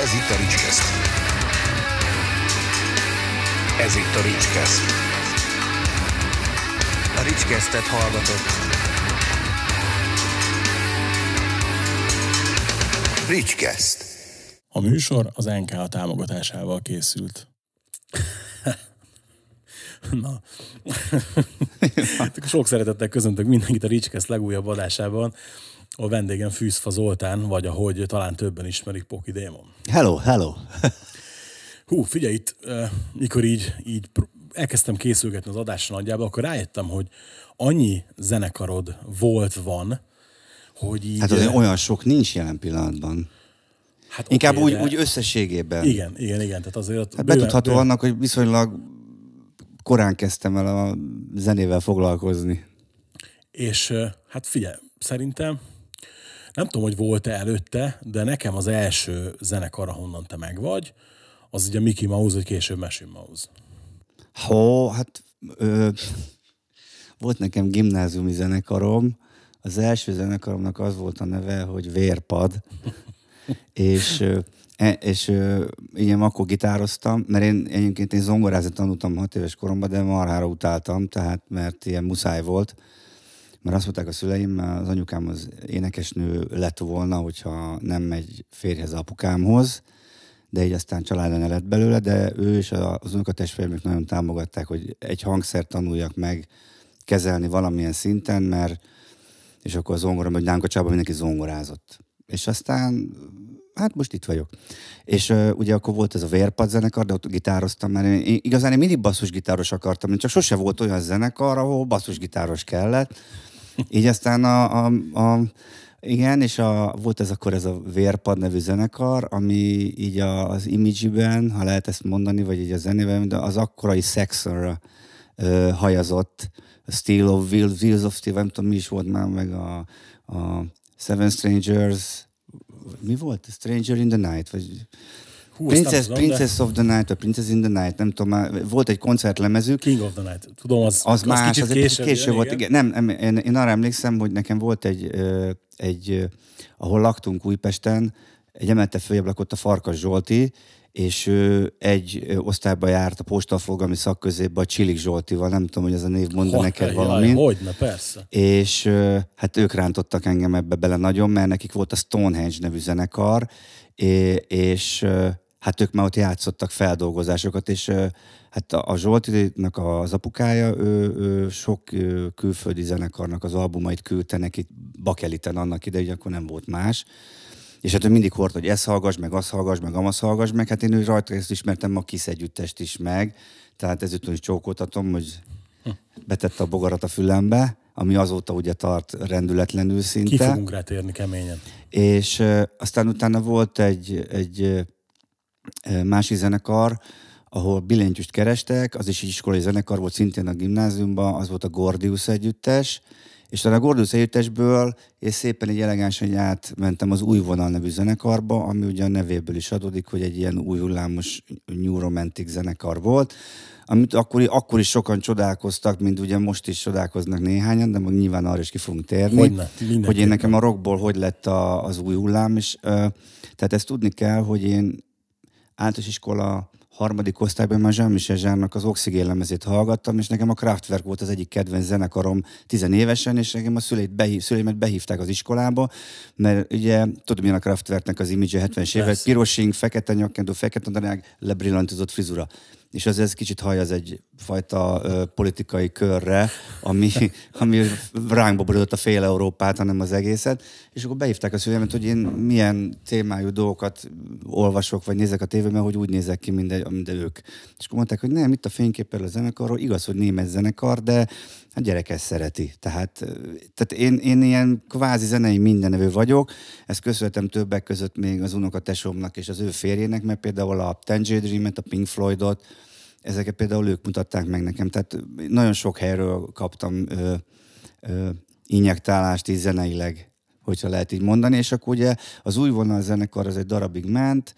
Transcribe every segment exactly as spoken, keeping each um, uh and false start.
Ez itt a Ricskeszt. Ez itt a Ricskeszt. A Ricskesztet hallgatott. Ricskeszt. A műsor az en ká támogatásával készült. Na. Sok szeretettel köszöntök mindenkit a Ricskeszt legújabb adásában. A vendégem Fűzfa Zoltán, vagy ahogy talán többen ismerik, Poki Démon. Hello, hello. Hú, figyelj itt, mikor így, így elkezdtem készülgetni az adásra nagyjából, akkor rájöttem, hogy annyi zenekarod volt, van, hogy így... Hát azért olyan sok nincs jelen pillanatban. Hát Inkább okay, úgy, de... úgy összességében. Igen, igen, igen. Tehát azért hát betudható bőven... annak, hogy viszonylag korán kezdtem el a zenével foglalkozni. És hát figyelj, szerintem nem tudom, hogy volt-e előtte, de nekem az első zenekar, ahonnan te meg vagy, az ugye Mickey Mouse, vagy később Machine Mouse. Hó, hát ö, volt nekem gimnáziumi zenekarom. Az első zenekaromnak az volt a neve, hogy Vérpad. és és igen, akkor gitároztam, mert én egyébként én zongorázni tanultam hat éves koromban, de marhára utáltam, tehát mert ilyen muszáj volt. Mert azt mondták a szüleim, az anyukám az énekesnő lett volna, hogyha nem megy férjhez apukámhoz, de így aztán családon lett belőle, de ő és az unokatestvérek nagyon támogatták, hogy egy hangszert tanuljak meg kezelni valamilyen szinten, mert és akkor a zongora, hogy nálunk a csában mindenki zongorázott. És aztán, hát most itt vagyok. És uh, ugye akkor volt ez a Vérpad zenekar, de ott gitároztam, mert én, én, igazán én mindig basszusgitáros akartam, csak sose volt olyan zenekar, ahol basszusgitáros kellett. Így aztán a, a, a igen, és a, volt ez akkor ez a Vérpad nevű zenekar, ami így a, az image-ben, ha lehet ezt mondani, vagy így a zenében, de az akkorai Saxonra uh, hajazott, a Steel of Wheels, Wheels of Steel, nem tudom mi is volt már, meg a, a Seven Strangers, mi volt? Stranger in the Night, vagy Hú, Princess, tudom, Princess de... of the Night, vagy Princess in the Night, nem tudom, már volt egy koncertlemezük. King of the Night, tudom, az, az, az más, kicsit az később, később igen, volt. Igen. Nem, nem én, én arra emlékszem, hogy nekem volt egy, egy ahol laktunk Újpesten, egy emelte följebb lakott a Farkas Zsolti, és ő egy osztályba járt a postaforgalmi szakközépbe a Csilik Zsoltival, nem tudom, hogy ez a név mondja Hogy, neked valamint. Hogyne, persze. És hát ők rántottak engem ebbe bele nagyon, mert nekik volt a Stonehenge nevű zenekar, és hát ők már ott játszottak feldolgozásokat, és hát a Zsoltinak az apukája, ő, ő sok külföldi zenekarnak az albumait küldte neki bakeliten annak idején, akkor nem volt más. És hát ő mindig hordta, hogy ezt hallgass, meg azt hallgass, meg amazt hallgass meg. Hát én ő rajta ezt ismertem a Kiss együttest is meg. Tehát ezúttal is csókoltatom, hogy betette a bogarat a fülembe, ami azóta ugye tart rendületlenül szinte. Ki fogunk rá térni keményen. És uh, aztán utána volt egy, egy uh, másik zenekar, ahol billentyűst kerestek, az is egy iskolai zenekar volt szintén a gimnáziumban, az volt a Gordius együttes, és talán a Gordius együttesből és szépen egy elegánsan átmentem az Új Vonal nevű zenekarba, ami ugye a nevéből is adódik, hogy egy ilyen új hullámos new romantic zenekar volt, amit akkor, akkor is sokan csodálkoztak, mint ugye most is csodálkoznak néhányan, de meg nyilván arra is ki fogunk térni, Hogyne, hogy én nekem a rockból hogy lett a, az új hullám, és uh, tehát ezt tudni kell, hogy én általános iskola harmadik osztályban már Jean-Michel Jarre-nak az Oxigén lemezét hallgattam, és nekem a Kraftwerk volt az egyik kedvenc zenekarom tizenévesen, és nekem a szüleit behív, szüleimet behívták az iskolába, mert ugye tudom, milyen a Kraftwerknek az image hetvenes évek, pirosing, fekete nyakkendő, fekete nadrág, lebrillantozott frizura. És az ez kicsit haj az egy fajta uh, politikai körre, ami, ami ránkba borodott a fél Európát, hanem az egészet. És akkor behívták a szüleimet, hogy én milyen témájú dolgokat olvasok, vagy nézek a tévében, hogy úgy nézek ki, mint, mint ők. És akkor mondták, hogy nem, itt a fényképpel a zenekarról, igaz, hogy német zenekar, de a gyerek ezt szereti. Tehát, tehát én, én ilyen kvázi zenei mindenevő vagyok, ezt köszönhetem többek között még az unokatesómnak és az ő férjének, mert például a Tangerine Dream-et, a Pink Floydot, ezeket például ők mutatták meg nekem. Tehát nagyon sok helyről kaptam ö, ö, injektálást így zeneileg, hogyha lehet így mondani, és akkor ugye az Új Vonal zenekar az egy darabig ment,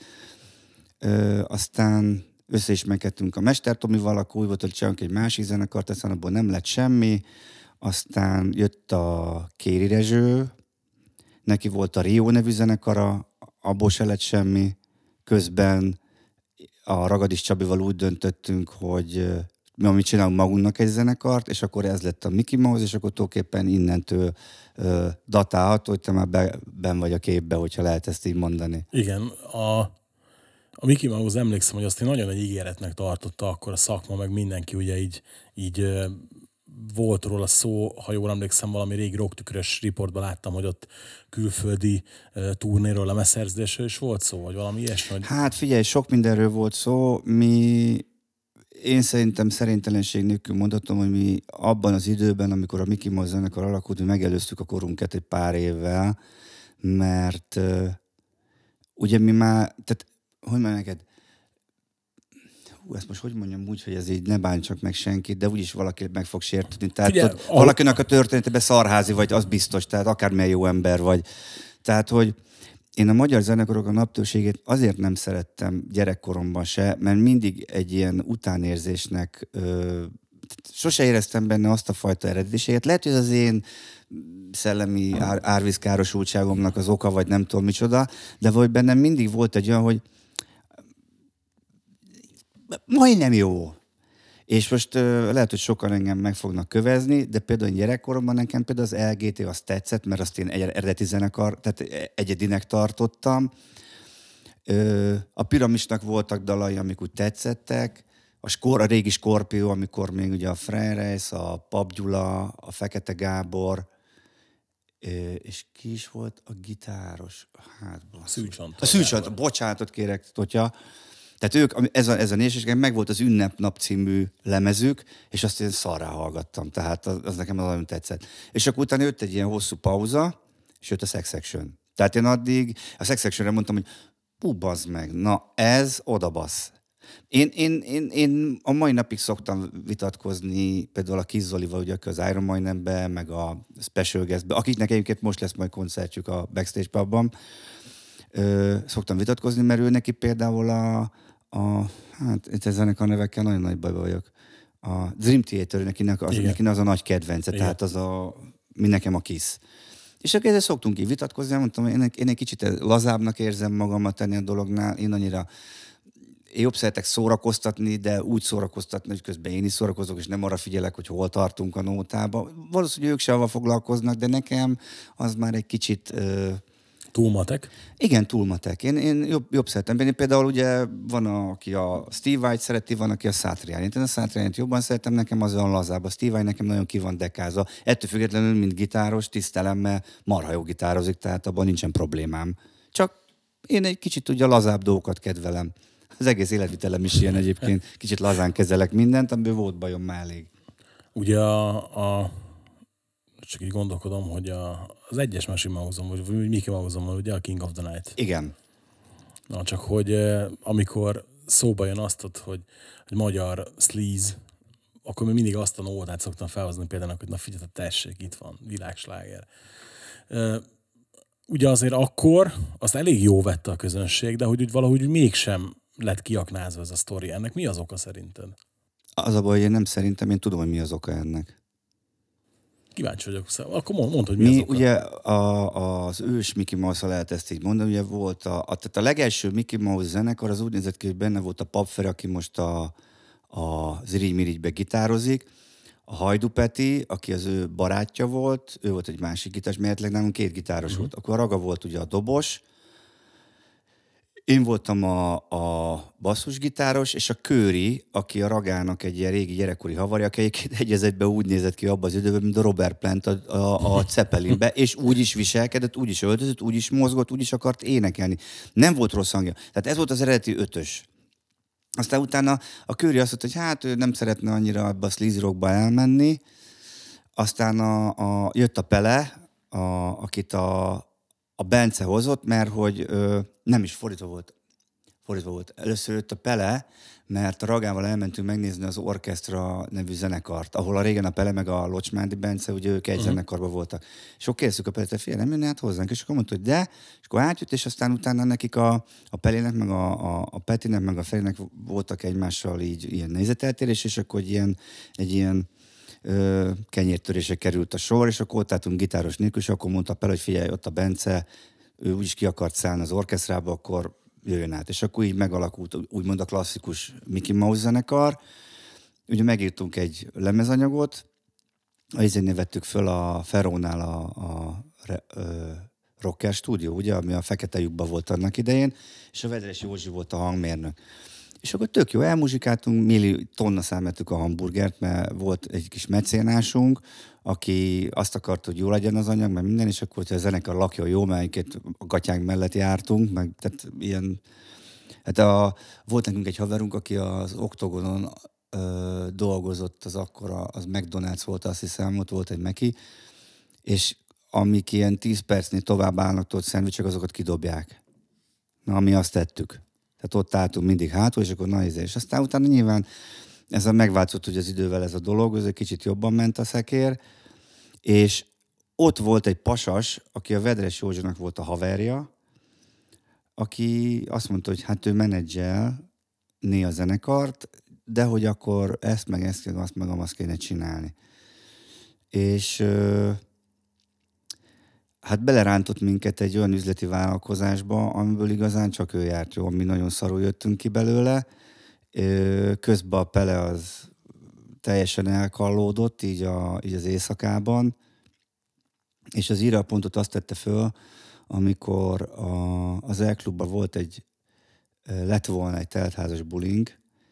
ö, aztán összeismerkedtünk a Mester Tomival, akkor úgy volt, hogy csinálunk egy másik zenekart, aztán abból nem lett semmi, aztán jött a Kéri Rezső, neki volt a Rio nevű zenekara, abból se lett semmi, közben a Ragadis Csabival úgy döntöttünk, hogy mi amit csinálunk magunknak egy zenekart, és akkor ez lett a Mickey Mouse, és akkor tulajdonképpen innentől ö, datálható, hogy te már be, ben vagy a képbe, hogyha lehet ezt így mondani. Igen, a, a Mickey Mouse emlékszem, hogy azt én nagyon egy ígéretnek tartotta akkor a szakma, meg mindenki ugye így, így ö, volt róla szó, ha jól emlékszem, valami régi rocktükrös riportban láttam, hogy ott külföldi uh, turnéról, lemezszerződésről is volt szó, vagy valami ilyesmi. Hogy... Hát figyelj, sok mindenről volt szó. Mi, én szerintem szerintelenség nélkül mondhatom, hogy mi abban az időben, amikor a Mickey Mouse zenekar alakult, mi megelőztük a korunkat egy pár évvel, mert uh, ugye mi már, tehát hogy mondjam neked, hú, ezt most hogy mondjam úgy, hogy ez így ne bántsak meg senkit, de úgyis valaki meg fog sértődni. Tehát Figyelj, ott, valakinek a történetében szarházi vagy, az biztos, tehát akármilyen jó ember vagy. Tehát, hogy én a magyar zenekarok a naptőségét azért nem szerettem gyerekkoromban se, mert mindig egy ilyen utánérzésnek ö, sose éreztem benne azt a fajta eredetiséget. Lehet, hogy az én szellemi ár, árvízkárosultságomnak az oka, vagy nem tudom micsoda, de vagy bennem mindig volt egy olyan, hogy majdnem jó. És most uh, lehet, hogy sokan engem meg fognak kövezni, de például gyerekkoromban nekem például az el gé té azt tetszett, mert azt én egy eredeti zenekar, tehát egyedinek tartottam. Uh, a Piramisnak voltak dalai, amik úgy tetszettek. A, skor, a régi Skorpió, amikor még ugye a Freires, a Pap Gyula, a Fekete Gábor, uh, és ki is volt a gitáros? Hát, a Szűcsont. A Szűcsont, bocsánatot kérek, Totya. Tehát ők, ez a, ez a nézés, meg volt az Ünnepnap című lemezük, és azt én szarrá hallgattam, tehát az, az nekem nagyon tetszett. És akkor utána jött egy ilyen hosszú pauza, és jött a Sex Section. Tehát én addig a Sex Sectionre mondtam, hogy hú, bazd meg, na ez odabasz. Én, én, én, én a mai napig szoktam vitatkozni például a Kis Zolival, ugye az Iron Maidenbe, meg a Special Guestbe, akiknek egyébként most lesz majd koncertjük a Backstage Pubban. Ö, szoktam vitatkozni, mert ő neki például a, a hát itt ezenek a nevekkel nagyon nagy bajba vagyok. A Dream Theater, nekinek az, neki az a nagy kedvence, igen. Tehát az a, mi nekem a Kiss. És akkor ezzel szoktunk így vitatkozni, mondtam, én, én egy kicsit lazábbnak érzem magamat tenni a dolognál, én annyira én jobb szeretek szórakoztatni, de úgy szórakoztatni, hogy közben én is szórakozok, és nem arra figyelek, hogy hol tartunk a nótában. Valószínűleg ők se avval foglalkoznak, de nekem az már egy kicsit... Ö, túlmatek? Igen, túlmatek. Én, én jobb, jobb szeretem. Én például ugye van, a, aki a Steve Vai szereti, van, aki a Satrianit. Én a Satrianit jobban szeretem, nekem az olyan lazább. A Steve Vai nekem nagyon ki van dekázva. Ettől függetlenül, mint gitáros, tisztelem, mert marha jó gitározik, tehát abban nincsen problémám. Csak én egy kicsit ugye lazább dolgokat kedvelem. Az egész életvitelem is ilyen egyébként. Kicsit lazán kezelek mindent, amiből volt bajom már elég. Ugye a, a csak így gondolkodom, hogy a, az egyes másik Mouse-on, vagy Mickey Mouse-on van ugye a King of the Night. Igen. Na, csak hogy eh, amikor szóba jön azt, hogy, hogy magyar sleaze, akkor még mindig azt a nótát szoktam felhozni például, hogy na figyelj, tessék, itt van, világsláger. Eh, ugye azért akkor azt elég jó vette a közönség, de hogy úgy valahogy mégsem lett kiaknázva ez a sztori. Ennek mi az oka szerinted? Az a baj, hogy én nem szerintem, én tudom, hogy mi az oka ennek. Kíváncsi vagyok. Akkor mondd, mond, hogy mi mi, az oka. ugye a, az ős Mickey Mouse-a lehet ezt így mondani, ugye volt a, a, tehát a legelső Mickey Mouse zenekar, az úgy nézett ki, hogy benne volt a Papfer, aki most a, a Zirigy-mirigybe gitározik, a Hajdu Peti, aki az ő barátja volt, ő volt egy másik gitáros, mert nálunk két gitáros uh-huh. volt. Akkor a Raga volt ugye a dobos, én voltam a, a basszusgitáros, és a Köri, aki a Ragának egy ilyen régi gyerekkori havarja, aki egyébként egy az egyben úgy nézett ki abban az időben, mint a Robert Plant a, a, a Zeppelinbe, és úgy is viselkedett, úgy is öltözött, úgy is mozgott, úgy is akart énekelni. Nem volt rossz hangja. Tehát ez volt az eredeti ötös. Aztán utána a Köri azt mondta, hogy hát ő nem szeretne annyira abba a sleazy rockba elmenni. Aztán a, a, jött a Pele, a, akit a, a Bence hozott, mert hogy ö, nem is fordítva volt. Fordítva volt. Először jött a Pele, mert a Ragával elmentünk megnézni az Orchestra nevű zenekart, ahol a régen a Pele meg a Locsmándi Bence, ugye ők egy uh-huh. zenekarban voltak. És akkor kérdeztük a Pelet, hogy fél, nem jönne át hozzánk? És akkor mondta, hogy de, és akkor átjött, és aztán utána nekik a, a Pelének, meg a, a, a Petinek, meg a Felének voltak egymással így ilyen nézeteltérés, és akkor egy ilyen, egy ilyen ö, kenyértörése került a sor, és akkor ott álltunk gitáros nélkül, és akkor mondta a Pele, hogy figyelj, ott a Bence, ő úgyis ki akart szállni az orkesztrába, akkor jöjjön át. És akkor így megalakult úgymond a klasszikus Mickey Mouse zenekar. Ugye megírtunk egy lemezanyagot, ezért vettük föl a Ferrónál a, a, a, a Rocker Studio, ugye, ami a Fekete lyukban volt annak idején, és a Vedres Józsi volt a hangmérnök. És akkor tök jó, elmuzsikáltunk, milli tonna számettük a hamburgert, mert volt egy kis mecénásunk, aki azt akart, hogy jó legyen az anyag, meg minden, és akkor, hogyha a zenekar lakja jó, mert a gatyánk mellett jártunk, meg tehát ilyen... Hát a, volt nekünk egy haverunk, aki az Oktogonon ö, dolgozott, az akkora, az McDonald's volt, azt hiszem, ott volt egy Meki, és amik ilyen tíz percnél tovább állnak ott szendvicsek, azokat kidobják. Na, mi azt tettük. Tehát ott álltunk mindig hátul, és akkor na izé. És aztán utána nyilván ez a megváltozott, hogy az idővel ez a dolog, ez egy kicsit jobban ment a szekér, és ott volt egy pasas, aki a Vedres Józsinak volt a haverja, aki azt mondta, hogy hát ő menedzselné a zenekart, de hogy akkor ezt meg ezt, azt meg azt kéne csinálni. És hát belerántott minket egy olyan üzleti vállalkozásba, amiből igazán csak ő járt jól. Mi nagyon szarul jöttünk ki belőle. Közben a Pele az teljesen elkallódott, így, a, így az éjszakában. És az írjapontot azt tette föl, amikor a, az E-klubban volt egy, lett volna egy teltházas buling,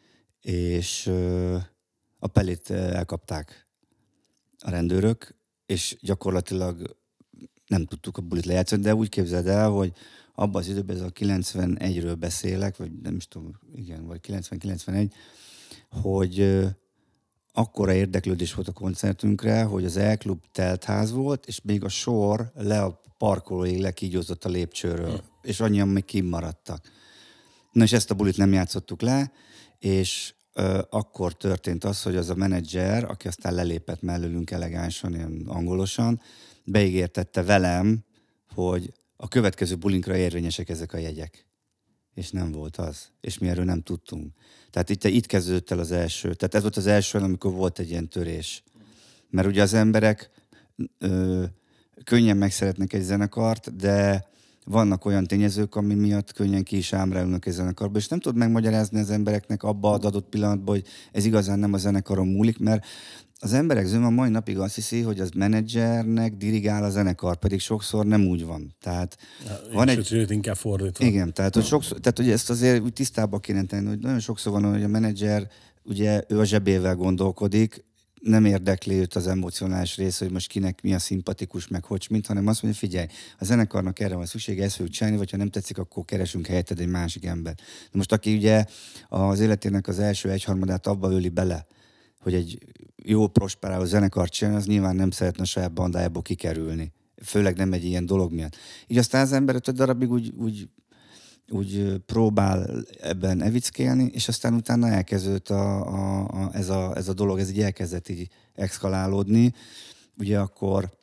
és a Pelét elkapták a rendőrök, és gyakorlatilag nem tudtuk a bulit lejátszani, de úgy képzeld el, hogy abban az időben, ez a kilencvenegyről beszélek, vagy nem is tudom, igen, vagy kilencven-kilencvenegy, hogy akkora érdeklődés volt a koncertünkre, hogy az E-klub teltház volt, és még a sor le a parkolóig lekígyózott a lépcsőről, hmm. és annyian még kimaradtak. Na és ezt a bulit nem játszottuk le, és ö, akkor történt az, hogy az a menedzser, aki aztán lelépett mellőlünk elegánsan, ilyen angolosan, beígértette velem, hogy a következő bulinkra érvényesek ezek a jegyek. És nem volt az. És mi erről nem tudtunk. Tehát itt, itt kezdődött el az első. Tehát ez volt az első, amikor volt egy ilyen törés. Mert ugye az emberek ö, könnyen megszeretnek egy zenekart, de vannak olyan tényezők, ami miatt könnyen ki is ámrálnak egy zenekarba, és nem tud megmagyarázni az embereknek abba az adott pillanatban, hogy ez igazán nem a zenekaron múlik, mert az emberek zöme a mai napig azt hiszi, hogy az menedzsernek dirigál a zenekar, pedig sokszor nem úgy van. Tehát ja, van sőt, egy... sőt, inkább fordítva. Igen, tehát hogy, sokszor, tehát, hogy ezt azért úgy tisztába kéne tenni, hogy nagyon sokszor van, hogy a menedzser, ugye ő a zsebével gondolkodik, nem érdekli őt az emocionális rész, hogy most kinek mi a szimpatikus, meg hogy mint, hanem azt mondja, figyelj, a zenekarnak erre van szüksége, ezt fogjuk csinálni, vagy ha nem tetszik, akkor keresünk helyetted egy másik embert. De most aki ugye az életének az első egyharmadát abba öli bele, hogy egy jó prosperáló zenekart csinál, az nyilván nem szeretne a saját bandájából kikerülni. Főleg nem egy ilyen dolog miatt. Így aztán az ember öt darabig úgy, úgy, úgy próbál ebben evickélni, és aztán utána elkezdődött a, a, a, ez, a, ez a dolog, ez így elkezdett így exkalálódni. Ugye akkor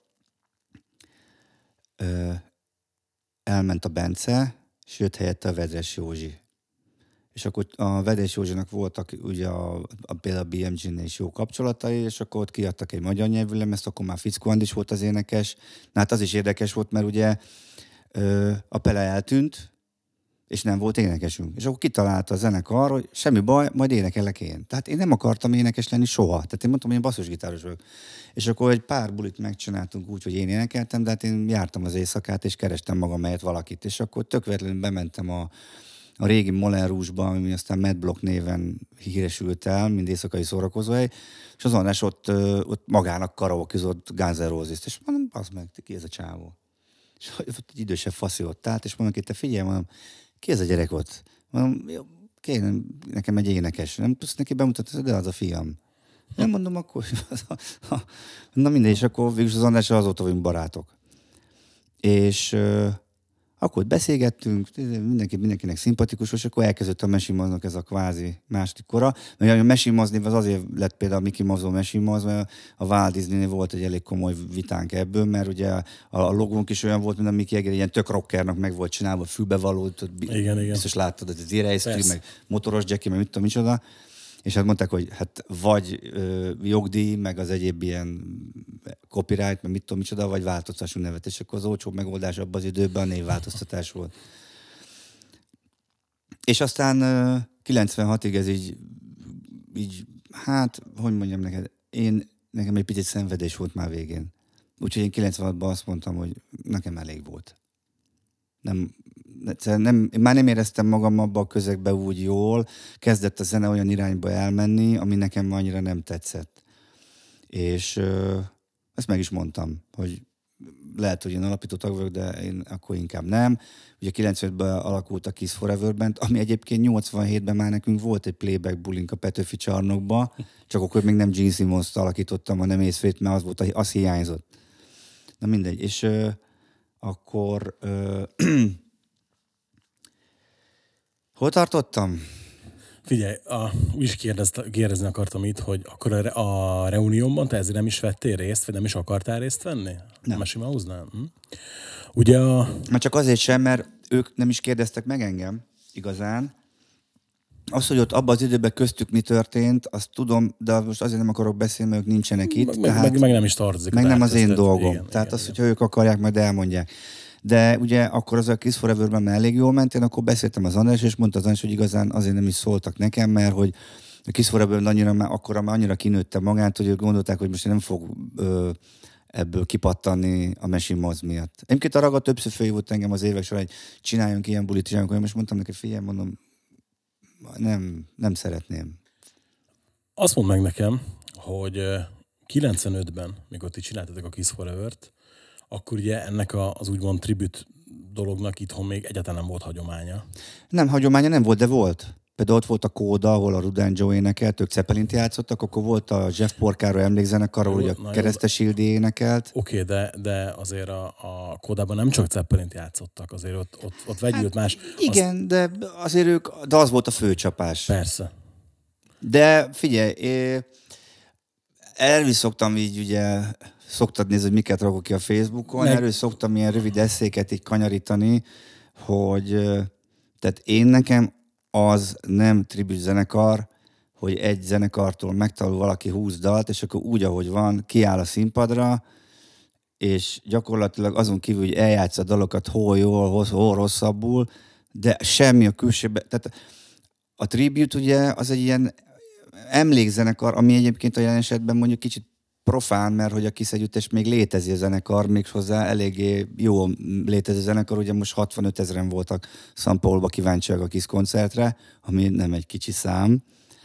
ö, elment a Bence, és jött helyette a Vedres Józsi. És akkor a Vedres Józsinak voltak ugye a, a, például a bé em gé-nél is jó kapcsolatai, és akkor ott kiadtak egy magyar nyelvű lemezt, akkor már Fickó Andis volt az énekes. Na hát az is érdekes volt, mert ugye ö, a Pele eltűnt, és nem volt énekesünk. És akkor kitalálta a zenekar, hogy semmi baj, majd énekelek én. Tehát én nem akartam énekes lenni soha. Tehát én mondtam, hogy én basszusgitáros vagyok. És akkor egy pár bulit megcsináltunk úgy, hogy én énekeltem, de hát én jártam az éjszakát, és kerestem magam helyett valakit. És akkor tök véletlenül bementem a a régi Moulin Rouge-ba, ami aztán Madblock néven híresült el, mint éjszakai szórakozóhely, és az András ott, ott magának karaokezott Guns N' Roses-t, és mondom, az meg, ki ez a csávó? És ott egy idősebb faszi ott állt, és mondom, te figyelj, mondom, ki ez a gyerek ott? Mondom, kéne nekem egy énekes, nem tudsz neki bemutatni, de az a fiam. Nem mondom, akkor, na mindegy, és akkor végül az András azóta vagyunk barátok. És akkor beszélgettünk, mindenki, mindenkinek szimpatikus, és akkor elkezdett a Mesimaznak ez a kvázi második kora. Mert a Mesimaz név az azért lett például a Mickey Mouse Mesimaz, mert a Walt Disney-nél volt egy elég komoly vitánk ebből, mert ugye a, a logónk is olyan volt, mint a Mickey Jagger, ilyen tök rockernak meg volt csinálva, fülbevaló, igen, biztos igen. Láttad, az Ice meg motoros Jackie, meg mit tudom, micsoda. És hát mondták, hogy hát vagy ö, jogdíj, meg az egyéb ilyen copyright, meg mit tudom, micsoda, vagy változtassunk nevet. És akkor az olcsóbb megoldás abban az időben a névváltoztatás volt. És aztán ö, kilencvenhatig ez így, így, hát, hogy mondjam neked, én, nekem egy picit szenvedés volt már végén. Úgyhogy én kilencvenhatban azt mondtam, hogy nekem elég volt. Nem, nem, én már nem éreztem magam abban a közegben úgy jól, kezdett a zene olyan irányba elmenni, ami nekem annyira nem tetszett. És ö, ezt meg is mondtam, hogy lehet, hogy én alapító tag vagyok, de én akkor inkább nem. Ugye kilencvenötben alakult a Kiss Forever Band, ami egyébként nyolcvanhétben már nekünk volt egy playback bulink a Petőfi csarnokba, csak akkor még nem Gene Simmons-t alakítottam, hanem Észfét, mert az, volt, az hiányzott. Na mindegy, és ö, akkor ö, hol tartottam? Figyelj, a, úgy is kérdezni akartam itt, hogy akkor a, a reuniónban te ezért nem is vettél részt, vagy nem is akartál részt venni? Nem. A nem? Hm? Ugye a... Már csak azért sem, mert ők nem is kérdeztek meg engem igazán. Az, hogy ott abban az időben köztük mi történt, azt tudom, de most azért nem akarok beszélni, mert ők nincsenek itt. Meg, tehát, meg, meg nem is tartozik. Meg nem az én dolgom. Igen, tehát igen, az, igen. hogyha ők akarják, majd elmondják. De ugye akkor az a Kiss Forever-ben már elég jól ment, én akkor beszéltem az András, és mondta az András, hogy igazán azért nem is szóltak nekem, mert hogy a Kiss Forever-ben annyira, már, akkor már annyira kinőtte magát, hogy ők gondolták, hogy most én nem fog ö, ebből kipattanni a Machine Moz miatt. Egyébként a Raga többször fölhívott engem az évek során, hogy csináljunk ilyen bulit, csináljunk olyan, most mondtam neki, figyelj, mondom, nem, nem szeretném. Azt mondd meg nekem, hogy kilencvenötben, mikor ti csináltatok a Kiss Forever-t, akkor ugye ennek a, az úgymond tribut dolognak itthon még egyáltalán nem volt hagyománya. Nem, hagyománya nem volt, de volt. Például ott volt a Kóda, ahol a Rudán Joe énekelt, ők Zeppelint játszottak, akkor volt a Jeff Porcaro emlékzenekar, ahol ugye a Keresztes Ildi énekelt. Oké, okay, de, de azért a, a Kódában nem csak Zeppelint játszottak, azért ott, ott, ott vegyült hát, más. Igen, azt... de azért ők, de az volt a főcsapás. Persze. De figyelj, erről szoktam így ugye, szoktad nézni, hogy miket rakok ki a Facebookon, Meg... erről szoktam ilyen rövid eszéket így kanyarítani, hogy tehát én nekem az nem tribut zenekar, hogy egy zenekartól megtalál valaki húsz dalt, és akkor úgy, ahogy van, kiáll a színpadra, és gyakorlatilag azon kívül, hogy eljátsz a dalokat hol jól, hol rosszabbul, de semmi a külsőben. Tehát a tribute ugye az egy ilyen emlékzenekar, ami egyébként a jelen esetben mondjuk kicsit profán, mert hogy a Kiss együttes még létezi a zenekar, még hozzá eléggé jó létező zenekar, ugye most hatvanöt ezeren voltak San Paulba kíváncsiak a Kiss koncertre, ami nem egy kicsi szám.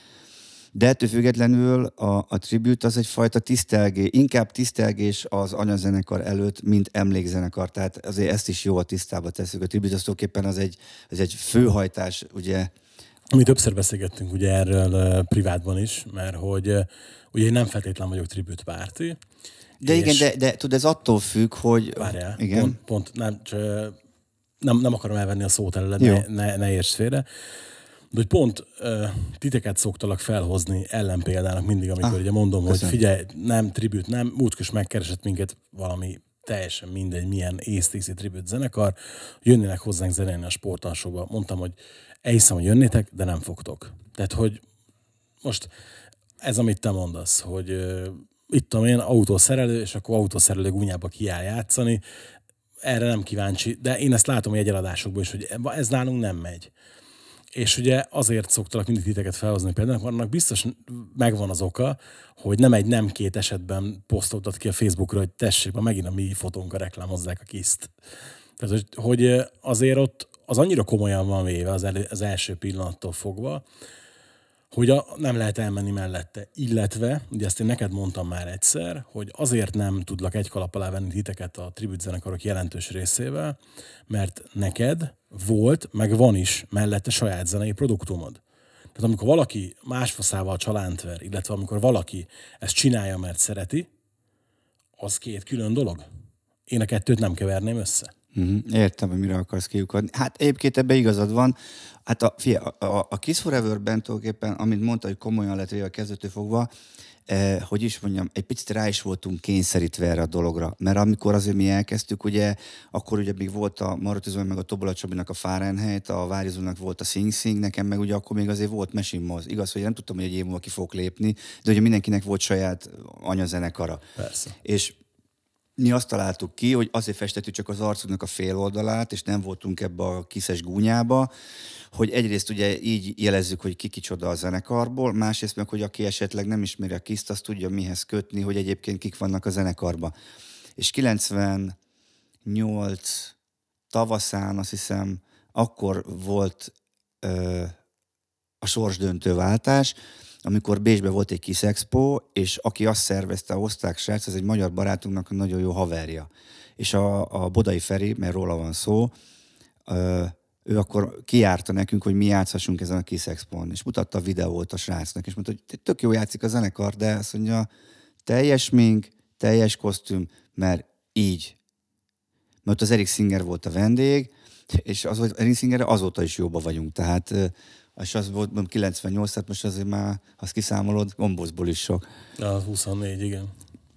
De ettől függetlenül a, a tribute az egyfajta tisztelgés, inkább tisztelgés az anyazenekar előtt, mint emlékzenekar. Tehát azért ezt is jó a tisztába tesszük. A tribute az tulajdonképpen az egy, az egy főhajtás, ugye. Mi többször beszélgettünk ugye erről uh, privátban is, mert hogy uh, ugye én nem feltétlen vagyok tribute párti. De igen, de, de tudod, ez attól függ, hogy... Várjál, igen. Pont, pont nem, csak, nem, nem akarom elvenni a szót előle, ne, ne, ne érts félre. De hogy pont uh, titeket szoktalak felhozni ellenpéldának mindig, amikor ah, ugye mondom, köszönöm. Hogy figyelj, nem tribute, nem, múltkor megkeresett minket valami teljesen mindegy, milyen észtíszi tribute zenekar, jönnének hozzánk zenélni a sportalsóba. Mondtam, hogy elhiszem, hogy jönnétek, de nem fogtok. Tehát, hogy most ez, amit te mondasz, hogy uh, itt tudom én, autószerelő, és akkor autószerelő gúnyába kiáll játszani, erre nem kíváncsi, de én ezt látom egy eladásokból is, hogy ez nálunk nem megy. És ugye azért szoktalak mindig titeket felhozni például, annak biztos megvan az oka, hogy nem egy, nem két esetben posztoltat ki a Facebookra, hogy tessék, ma megint a mi fotónkkal reklámozzák a Kiszt. Tehát, hogy azért ott az annyira komolyan van véve az, elő, az első pillanattól fogva, hogy a, nem lehet elmenni mellette. Illetve, ugye ezt én neked mondtam már egyszer, hogy azért nem tudlak egy kalap alá venni titeket a tribute zenekarok jelentős részével, mert neked volt, meg van is mellette saját zenei produktumod. Tehát amikor valaki másfaszával csalánt ver, illetve amikor valaki ezt csinálja, mert szereti, az két külön dolog. Én a kettőt nem keverném össze. Uh-huh. Értem, hogy mire akarsz kiukadni. Hát egyébként ebben igazad van. Hát a, figyelj, a, a, a Kiss Forever-ben tulajdonképpen, amit mondta, hogy komolyan lett véve a kezdetől fogva, eh, hogy is mondjam, egy picit rá is voltunk kényszerítve erre a dologra. Mert amikor azért mi elkezdtük, ugye, akkor ugye még volt a Marotizon, meg a Tobola Csabinak a Fahrenheit, a Várjazónak volt a Sing Sing, nekem meg ugye akkor még azért volt Machine Moz. Igaz, hogy nem tudtam, hogy egy év múlva ki fog lépni, de ugye mindenkinek volt saját anyazenekara. Persze. És mi azt találtuk ki, hogy azért festettük csak az arcunknak a fél oldalát, és nem voltunk ebbe a kiszes gúnyába, hogy egyrészt ugye így jelezzük, hogy ki kicsoda a zenekarból, másrészt meg, hogy aki esetleg nem ismeri a Kiszt, azt tudja mihez kötni, hogy egyébként kik vannak a zenekarban. És kilencvennyolc tavaszán, azt hiszem, akkor volt ö, a sorsdöntő váltás, amikor Bécsben volt egy Kiss Expo, és aki azt szervezte, a osztrák srác, az egy magyar barátunknak nagyon jó haverja. És a, a Bodai Feri, mert róla van szó, ö, ő akkor kijárta nekünk, hogy mi játszhassunk ezen a Kiss Expon, és mutatta a videót a srácnak, és mondta, hogy tök jó játszik a zenekar, de azt mondja, teljes mink, teljes kosztüm, mert így. Mert az Erik Singer volt a vendég, és az, Erik Singerre azóta is jóba vagyunk, tehát és az volt mondom, kilencvennyolc, tehát most azért már, ha azt kiszámolod, gombózból is sok. Az huszonnégy, igen.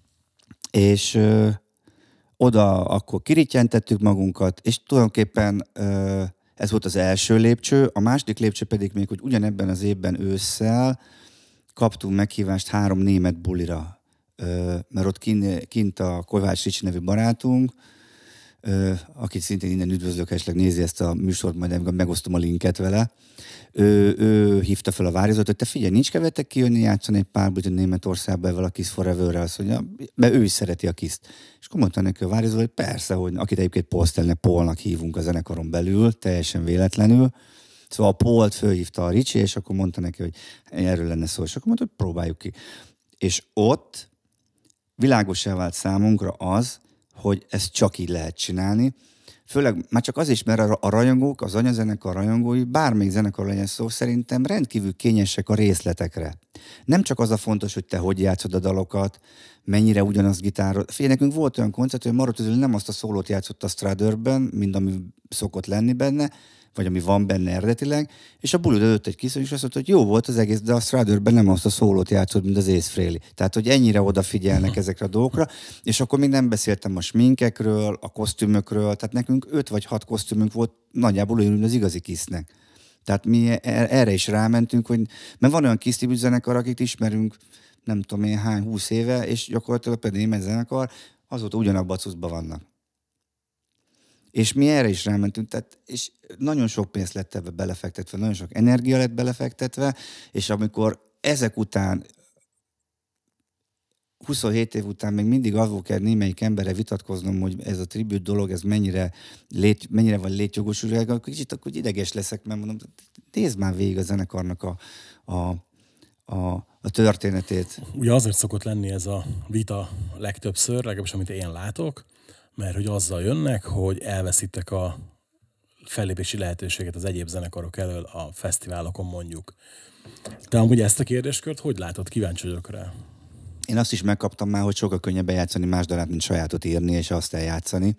És ö, oda akkor kirítjentettük magunkat, és tulajdonképpen ö, ez volt az első lépcső, a második lépcső pedig még, hogy ugyanebben az évben ősszel kaptunk meghívást három német bulira, ö, mert ott kint, kint a Kovács Ricsi nevű barátunk, ö, akit szintén innen üdvözlök, esetleg nézi ezt a műsort, majd megosztom a linket vele. Ő, ő hívta fel a várizót, hogy te figyelj, nincs kevetek kijönni játszani egy pár bulit Németországba ezzel a Kiss Forever-rel, azt mondja, mert ő is szereti a Kiszt. És akkor mondta neki a várizó, hogy persze, hogy akit egyébként Postelnek, Paulnak hívunk a zenekaron belül, teljesen véletlenül. Szóval a Pault fölhívta a Ricsi, és akkor mondta neki, hogy erről lenne szó, és akkor mondta, hogy próbáljuk ki. És ott világossá vált számunkra az, hogy ezt csak így lehet csinálni. Főleg már csak az is, mert a rajongók, az anyazenekar rajongói, bármelyik zenekar legyen szó, szerintem rendkívül kényesek a részletekre. Nem csak az a fontos, hogy te hogy játszod a dalokat, mennyire ugyanaz gitárod. Figyelj, nekünk volt olyan koncert, hogy Marotözül nem azt a szólót játszott a Stradörben, mint ami szokott lenni benne, vagy ami van benne eredetileg, és a bulid előtt egy kiszony, és azt mondta, hogy jó volt az egész, de a Stradörben nem azt a szólót játszott, mint az Ace Frehley. Tehát, hogy ennyire odafigyelnek ezekre a dolgokra, és akkor még nem beszéltem a sminkekről, a kosztümökről, tehát nekünk öt vagy hat kosztümünk volt nagyjából olyan, mint az igazi Kissnek. Tehát mi erre is rámentünk, hogy, mert van olyan Kiss zenekar, akit ismerünk, nem tudom én hány, húsz éve, és gyakorlatilag pedig német zenekar, azóta ugyanabban a cuccban vannak. És mi erre is rámentünk, tehát, és nagyon sok pénzt lett ebbe belefektetve, nagyon sok energia lett belefektetve, és amikor ezek után, huszonhét év után még mindig avval kell némelyik emberre vitatkoznom, hogy ez a tribute dolog, ez mennyire, lét, mennyire van létjogosultság, akkor kicsit akkor ideges leszek, mert mondom, nézd már végig a zenekarnak a, a, a, a történetét. Ugye azért szokott lenni ez a vita legtöbbször, legalábbis amit én látok, mert hogy azzal jönnek, hogy elveszítek a fellépési lehetőséget az egyéb zenekarok elől a fesztiválokon mondjuk. Te amúgy ezt a kérdéskört hogy látod? Kíváncsi vagyok rá. Én azt is megkaptam már, hogy sokkal könnyebb eljátszani más dalát, mint sajátot írni és azt eljátszani.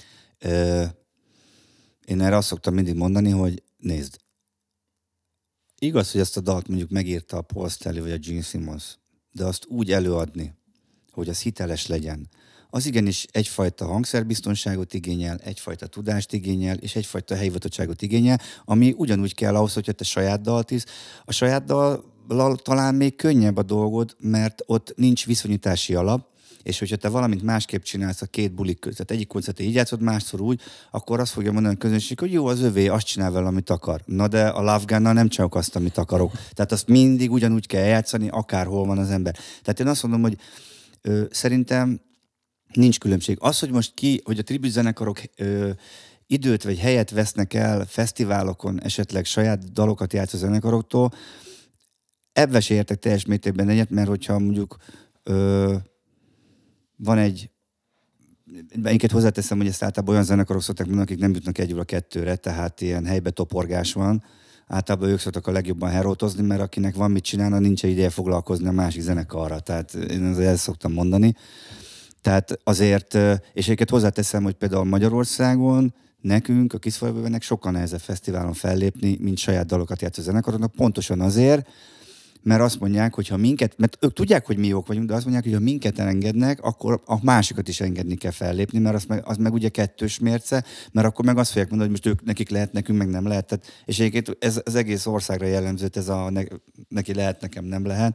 Én erre azt szoktam mindig mondani, hogy nézd, igaz, hogy ezt a dalt mondjuk megírta a Paul Stanley vagy a Gene Simmons, de azt úgy előadni, hogy az hiteles legyen, az igenis egyfajta hangszerbiztonságot igényel, egyfajta tudást igényel, és egyfajta helyivatottságot igényel, ami ugyanúgy kell ahhoz, hogyha te saját dalt isz. A saját dallal talán még könnyebb a dolgod, mert ott nincs viszonyítási alap, és hogyha te valamint másképp csinálsz a két bulik között, tehát egyik koncerten így játszod, másszor úgy, akkor azt fogja mondani a közönség, hogy jó, az övé, azt csinál vele, amit akar. Na de a Love Gun-nal nem csinálok azt, amit akarok. Tehát azt mindig ugyanúgy kell játszani, akárhol van az ember. Tehát én azt mondom, hogy ö, szerintem nincs különbség. Az, hogy most ki, hogy a tribute zenekarok ö, időt vagy helyet vesznek el fesztiválokon, esetleg saját dalokat játszó zenekaroktól, ebben se értek teljes mértékben egyet, mert hogyha mondjuk ö, van egy, minket hozzáteszem, hogy ezt általában olyan zenekarok szokták mondani, akik nem jutnak egyről a kettőre, tehát ilyen helybe toporgás van. Általában ők szoktak a legjobban herótozni, mert akinek van mit csinálna, nincs ideje foglalkozni a másik zenekarra. Tehát én azért ezt szoktam mondani. Tehát azért, és egyébként hozzáteszem, hogy például Magyarországon nekünk, a Kiss Forevernek sokkal nehezebb fesztiválon fellépni, mint saját dalokat játszó zenekaroknak, pontosan azért, mert azt mondják, hogy ha minket, mert ők tudják, hogy mi jók vagyunk, de azt mondják, hogy ha minket elengednek, akkor a másikat is engedni kell fellépni, mert az meg, az meg ugye kettős mérce, mert akkor meg azt fogják mondani, hogy most ők, nekik lehet, nekünk meg nem lehet. Tehát, és egyébként ez az egész országra jellemző, ez a ne, neki lehet, nekem nem lehet,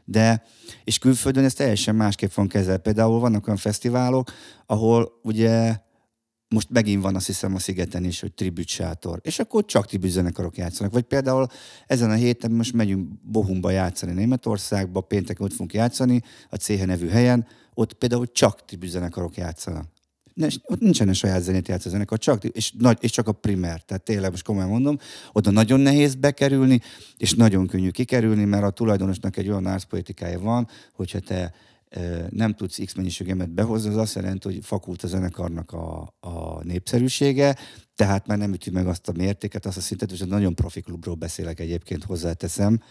De, és külföldön ez teljesen másképp van kezel. Például vannak olyan fesztiválok, ahol ugye most megint van, azt hiszem, a Szigeten is, hogy tribute sátor. És akkor csak tribute zenekarok játszanak. Vagy például ezen a héten most megyünk Bochumba játszani Németországba, pénteken ott fogunk játszani, a cé há nevű helyen, ott például csak tribute zenekarok játszanak. Ne, ott nincsen saját zenét játszó zenekar, csak, és, nagy, és csak a primer. Tehát tényleg most komolyan mondom, oda nagyon nehéz bekerülni, és nagyon könnyű kikerülni, mert a tulajdonosnak egy olyan árszpolitikája van, hogyha te nem tudsz X mennyiségemet behozni, az azt jelenti, hogy fakult a zenekarnak a, a népszerűsége, tehát már nem üti meg azt a mértéket, azt a szintet, és nagyon profi klubról beszélek egyébként, hozzáteszem.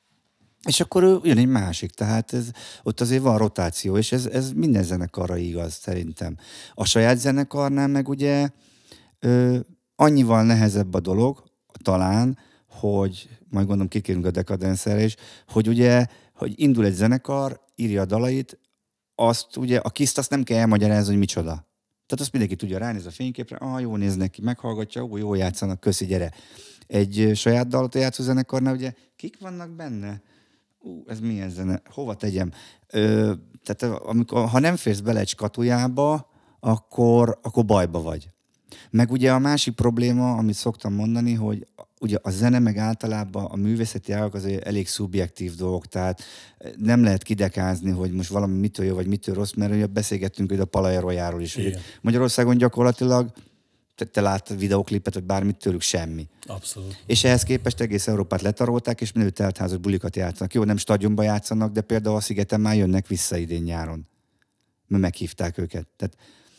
És akkor jön egy másik, tehát ez, ott azért van rotáció, és ez, ez minden zenekarra igaz, szerintem. A saját zenekarnál meg ugye ö, annyival nehezebb a dolog, talán, hogy majd gondolom kikérünk a Decadence-re is, hogy ugye, hogy indul egy zenekar, írja a dalait, azt ugye, a Kiszt azt nem kell elmagyarázni, hogy micsoda. Tehát azt mindenki tudja, ránéz a fényképre, ah, jó néz neki, meghallgatja, ó, jó játszanak, köszi, gyere. Egy saját dalot játszó zenekarnál ugye, kik vannak benne? Ú, ez milyen zene? Hova tegyem? Ö, tehát amikor, ha nem férsz bele egy skatujába, akkor, akkor bajba vagy. Meg ugye a másik probléma, amit szoktam mondani, hogy ugye a zene meg általában a művészeti ágak azért elég szubjektív dolgok, tehát nem lehet kidekázni, hogy most valami mitől jó, vagy mitől rossz, mert ugye beszélgettünk ugye a Palaja Royalról is. Hogy Magyarországon gyakorlatilag te, te láttad videóklipet, vagy bármit tőlük semmi. Abszolút. És ehhez képest egész Európát letarolták, és mindenütt teltházas bulikat játszanak. Jó, nem stadionba játszanak, de például a Szigeten már jönnek vissza idén nyáron. Mert meghívták őket. Tehát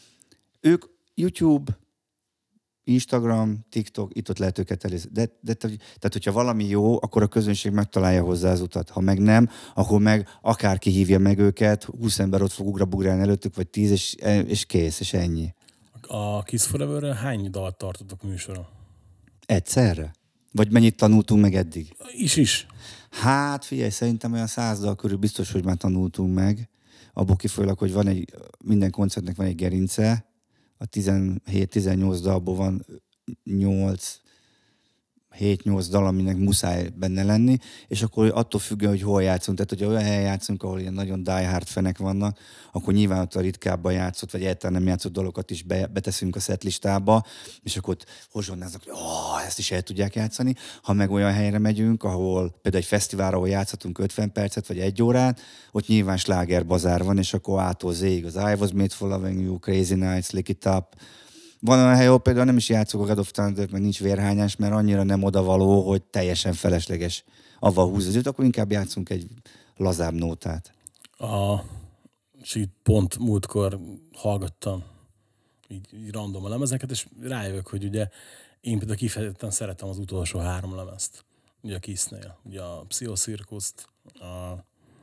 ők YouTube, Instagram, TikTok, itt-ott lehet őket előzni. De, de tehát, hogyha valami jó, akkor a közönség megtalálja hozzá az utat. Ha meg nem, akkor meg akárki hívja meg őket, húsz ember ott fog ugrabugrálni előttük, vagy tíz, és, és kész, és ennyi. A Kiss Forever-rel hány dalt tartotok műsoron? Egyszerre? Vagy mennyit tanultunk meg eddig? Is is. Hát figyelj, szerintem olyan száz dal körül biztos, hogy már tanultunk meg. Abból kifolyólag, hogy van egy, minden koncertnek van egy gerince, a tizenhét-tizennyolc dalból van nyolc hét-nyolc dal, aminek muszáj benne lenni, és akkor attól függően, hogy hol játszunk. Tehát, hogyha olyan helyen játszunk, ahol ilyen nagyon die-hard fenek vannak, akkor nyilván ott a ritkábban játszott, vagy egyáltalán nem játszott dalokat is be, beteszünk a setlistába, és akkor ott hozsonnáznak, hogy oh, ezt is el tudják játszani. Ha meg olyan helyre megyünk, ahol például egy fesztiválra, ahol játszhatunk ötven percet, vagy egy órát, ott nyilván slágerbazár van, és akkor ától zéig az I Was Made for Loving You, Crazy Nights, Lick It Up. Van olyan hely, ahol például nem is játszok a God of Thunder, mert nincs vérhányás, mert annyira nem odavaló, hogy teljesen felesleges avval húzni az időt, akkor inkább játszunk egy lazább nótát. A, és így pont múltkor hallgattam így, így random a lemezeket, és rájövök, hogy ugye én például kifejezetten szeretem az utolsó három lemezt. Ugye a Kissnél. Ugye a Pszichoszirkuszt, a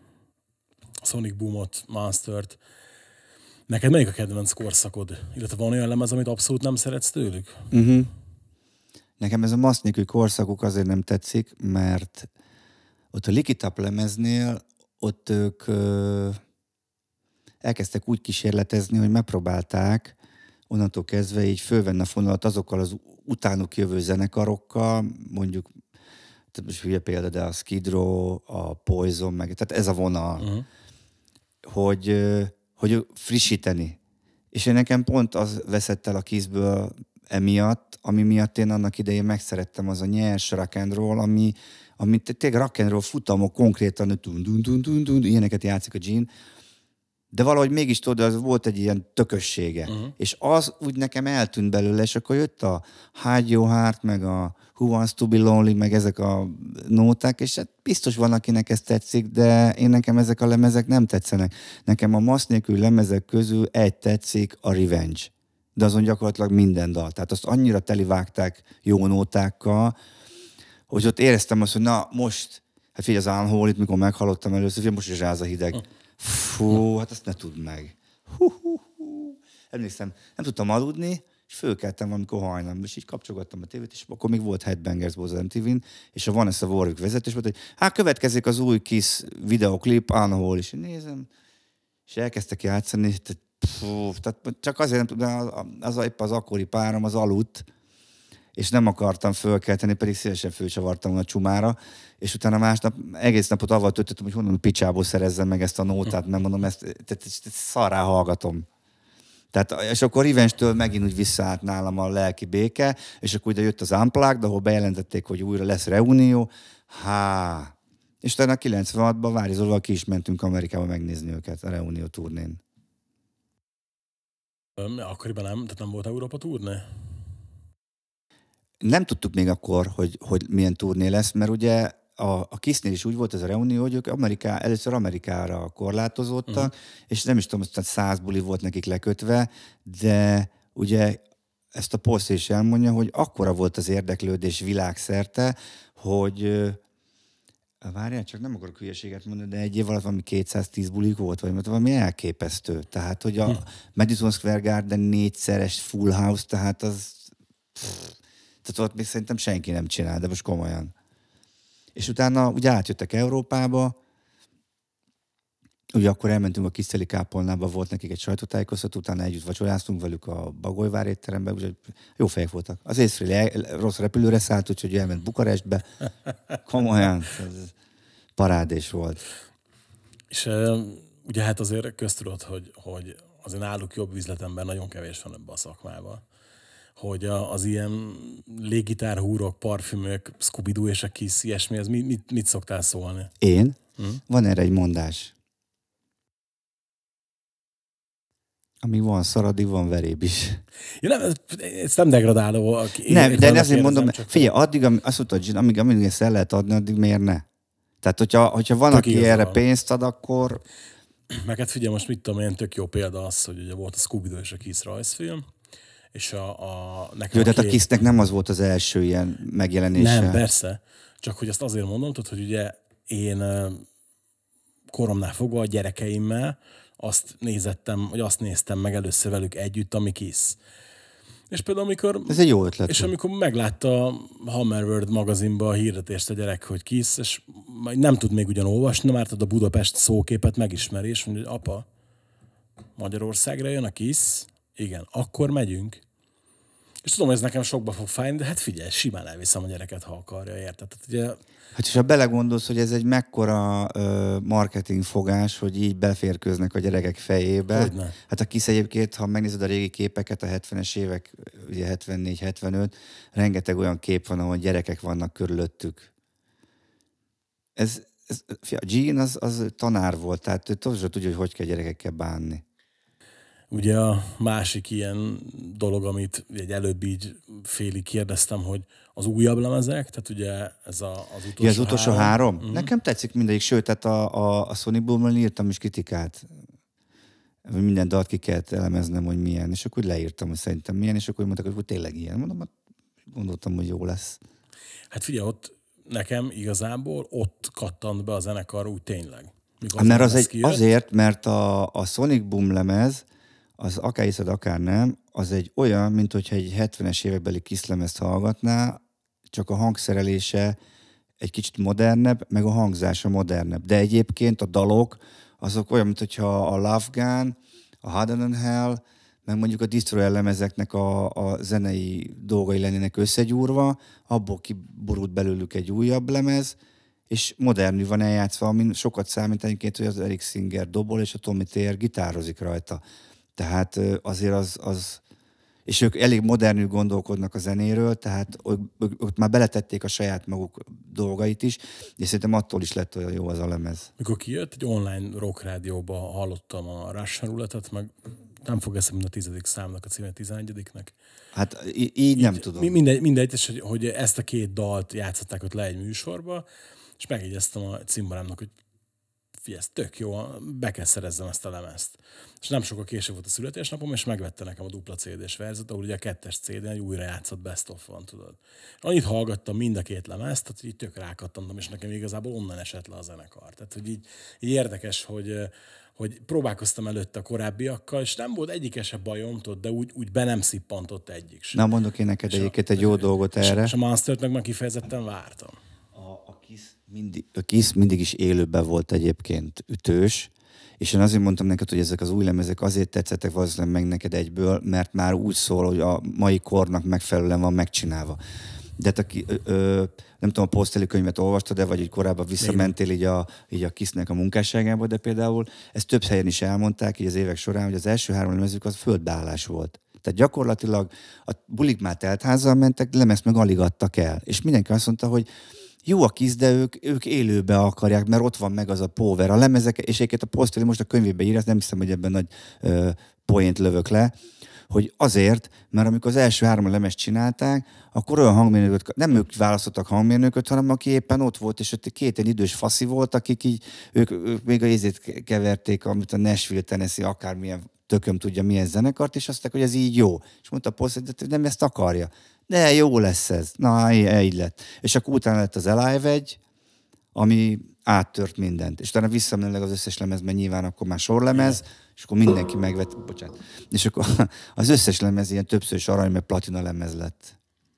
Sonic Boomot, Monstert. Neked melyik a kedvenc korszakod? Illetve van olyan lemez, amit abszolút nem szeretsz tőlük? Uh-huh. Nekem ez a Masz nélküli korszakuk azért nem tetszik, mert ott a Lick It Up lemeznél ott ők ö, elkezdtek úgy kísérletezni, hogy megpróbálták onnantól kezdve így fölvenni a fonalat azokkal az utánuk jövő zenekarokkal, mondjuk, tehát most hülye példa, de a Skid Row, a Poison, meg, tehát ez a vonal, uh-huh. hogy... Ö, hogy frissíteni. És én nekem pont az veszett el a Kissből emiatt, ami miatt én annak idején megszerettem, az a nyers rock and roll, ami, ami tényleg rock and roll futamok konkrétan, dun, dun, dun, dun, dun, ilyeneket játszik a Gene, de valahogy mégis tudod, az volt egy ilyen tökössége. Uh-huh. És az úgy nekem eltűnt belőle, és akkor jött a Hide Your Heart, meg a Who Wants to Be Lonely, meg ezek a nóták, és hát biztos van, akinek ez tetszik, de én nekem ezek a lemezek nem tetszenek. Nekem a Masz nélkül lemezek közül egy tetszik, a Revenge. De azon gyakorlatilag minden dal. Tehát azt annyira telivágták jó nótákkal, hogy ott éreztem azt, hogy na most, hát figyelj, az Unholy-t, mikor meghallottam először, most is ráz a hideg. Uh-huh. Fú, hát azt ne tudd meg. Hú, hú, hú. Emlékszem, nem tudtam aludni, és fölkeltem, amikor hajnalban, és így kapcsolgattam a tévét, és akkor még volt Headbangers az em té vén, és a Vanessa Warwick vezetés volt, hogy hát következik az új Kiss videoklip, Unholy, és én nézem, és elkezdtek játszani, tehát, fú, tehát csak azért nem tudom, az, az, az akkori párom az aludt, és nem akartam fölkelteni, pedig szívesen fölcsavartam volna a csumára, és utána másnap egész napot avval töltöttem, hogy honnan a picsából szerezzem meg ezt a nótát, mert mondom, ezt, ezt, ezt szarrá hallgatom. Tehát, és akkor Revenge-től megint úgy visszaállt nálam a lelki béke, és akkor ugye jött az Unplugged, ahol bejelentették, hogy újra lesz reunió. Há! És utána kilencvenhatban Várizolval ki is mentünk Amerikába megnézni őket a reunió turnén. Akkoriban nem, tehát nem volt Európa turné? Nem tudtuk még akkor, hogy, hogy milyen turné lesz, mert ugye a, a Kissnél is úgy volt ez a reunió, hogy ők Ameriká, először Amerikára korlátozódtak, uh-huh. és nem is tudom, hogy száz buli volt nekik lekötve, de ugye ezt a poszt is elmondja, hogy akkora volt az érdeklődés világszerte, hogy várjál, csak nem akarok hülyeséget mondani, de egy év alatt valami kétszáztíz bulik volt, vagy valami elképesztő. Tehát, hogy a hm. Madison Square Garden négyszeres full house, tehát az... Pff, tehát ott még szerintem senki nem csinál, de most komolyan. És utána ugye átjöttek Európába, ugye akkor elmentünk a Kiszteli kápolnába, volt nekik egy sajtótájékoztató, utána együtt vacsoráztunk velük a Bagolyvár étteremben, úgyhogy jó fejek voltak. Az észféli rossz repülőre szállt, úgyhogy elment Bukarestbe. Komolyan, parádés volt. És ugye hát azért köztudod, hogy, hogy azért náluk jobb üzletemben nagyon kevés van ebbe a szakmában. Hogy az ilyen légitárhúrok, parfümök, Scooby-Doo és a Kiss, ilyesmi, ez mit, mit, mit szoktál szólni? Én? Hm? Van erre egy mondás. Amíg van szar, addig van veréb is. Ja, nem, ez nem degradáló. Nem, de ezért mondom, figyelj, addig, azt mondtad, hogy amíg, amíg ezt el lehet adni, addig miért ne? Tehát, hogyha, hogyha van, tök aki erre van. Pénzt ad, akkor... Meg hát figyelj, most mit tudom én, tök jó példa az, hogy ugye volt a Scooby-Doo és a Kiss rajzfilm, és a... a nekem jó, tehát a, két... a Kissnek nem az volt az első ilyen megjelenése. Nem, persze. Csak hogy azt azért mondom, tudod, hogy ugye én koromnál fogva a gyerekeimmel azt nézettem, vagy azt néztem meg először velük együtt, ami Kiss. És például amikor... Ez egy jó ötlet. És amikor meglátta a Hammerworld magazinban a hirdetést a gyerek, hogy Kiss, és nem tud még ugyan olvasni, már a Budapest szóképet megismeri, és mondja, hogy apa, Magyarországra jön a Kiss? Igen, akkor megyünk. És tudom, hogy ez nekem sokba fog fájni, de hát figyelj, simán elviszem a gyereket, ha akarja, érted? Tehát, ugye... Hát és ha belegondolsz, hogy ez egy mekkora uh, marketing fogás, hogy így beférkőznek a gyerekek fejébe. Hogyne. Hát a Kiss egyébként, ha megnézed a régi képeket, a hetvenes évek, ugye hetvennégy hetvenöt, rengeteg olyan kép van, ahol gyerekek vannak körülöttük. Ez, ez fia, Gene az, az tanár volt, tehát ő tovább tudja, hogy hogy kell gyerekekkel bánni. Ugye a másik ilyen dolog, amit egy előbb így félig kérdeztem, hogy az újabb lemezek, tehát ugye ez a, az utolsó ja, az utolsó három? három? Uh-huh. Nekem tetszik mindegyik, sőt, tehát a, a, a Sonic Boom-on írtam is kritikát. Minden dalt ki kellett elemeznem, hogy milyen, és akkor leírtam, hogy szerintem milyen, és akkor mondták, hogy tényleg ilyen. Mondom, hát gondoltam, hogy jó lesz. Hát figyelj, ott nekem igazából ott kattant be a zenekar úgy tényleg. Hát, mert az egy, azért, mert a, a Sonic Boom lemez az akár hiszed, akár nem, az egy olyan, mint hogyha egy hetvenes évekbeli Kiss lemezt hallgatná, csak a hangszerelése egy kicsit modernebb, meg a hangzása modernebb. De egyébként a dalok, azok olyan, mint hogyha a Love Gun, a Harder Than Hell, meg mondjuk a Destroyer lemezeknek a, a zenei dolgai lennének összegyúrva, abból kiborult belőlük egy újabb lemez, és modernül van eljátszva, amin sokat számít egyébként, hogy az Eric Singer dobol, és a Tommy Thayer gitározik rajta. Tehát azért az, az... És ők elég modernül gondolkodnak a zenéről, tehát ott már beletették a saját maguk dolgait is, és szerintem attól is lett olyan jó az a lemez. Mikor kijött, egy online rock rádióban hallottam a Russian Roulette-et, meg nem fog eszembe a tizedik számnak a címe, tizenegyediknek. Hát í- így nem így, tudom. Mindegy, mindegy és hogy, hogy ezt a két dalt játszották ott le egy műsorba, és megjegyeztem a cimborámnak, hogy figyelj, ez tök jó, be kell szerezzem ezt a lemezt. És nem sokkal később volt a születésnapom, és megvette nekem a dupla cé dés verziót, ahol ugye a kettes cé dén egy újra játszott best of van, tudod. Annyit hallgattam mind a két lemezt, tehát így tök rákattantam, és nekem igazából onnan esett le a zenekar. Tehát, hogy így, így érdekes, hogy, hogy próbálkoztam előtte a korábbiakkal, és nem volt egyik se bajom, tudod, de úgy, úgy be nem szippantott egyik sem. Na, mondok én neked egyébként egy jó dolgot erre. És a Monstert meg már kifejezetten vártam. A, a Kiss mindig, a Kiss mindig is élőben volt egyébként ütős, És én azért mondtam neked, hogy ezek az új lemezek azért tetszettek valószínűleg meg neked egyből, mert már úgy szól, hogy a mai kornak megfelelően van megcsinálva. De hát aki, ö, ö, nem tudom, a Poszteli könyvet olvastad, de vagy így korábban visszamentél így a, így a Kissnek a munkásságába, de például ezt több helyen is elmondták így az évek során, hogy az első három lemezük az földbeállás volt. Tehát gyakorlatilag a bulik már teltházzal mentek, lemezt meg alig adtak el. És mindenki azt mondta, hogy jó a Kiss, de ők, ők élőbe akarják, mert ott van meg az a power. A lemezek, és egyébként a Poszteli most a könyvébe ír, nem hiszem, hogy ebben nagy ö, poént lövök le, hogy azért, mert amikor az első három lemezt csinálták, akkor olyan hangmérnököt, nem ők választottak hangmérnököt, hanem aki éppen ott volt, és ott két ilyen idős faszi volt, akik így, ők, ők még a ízét keverték, amit a Nashville, Tennessee, akármilyen tököm tudja, milyen zenekart, és azt mondták, hogy ez így jó. És mondta a Post, hogy nem ezt akarja. De jó lesz ez. Na, így lett. És akkor utána lett az Alive egy, ami áttört mindent. És utána visszamenőleg az összes lemezben nyilván akkor már sorlemez, és akkor mindenki megvett, bocsánat. És akkor az összes lemez ilyen többszörös arany, meg platina lemez lett.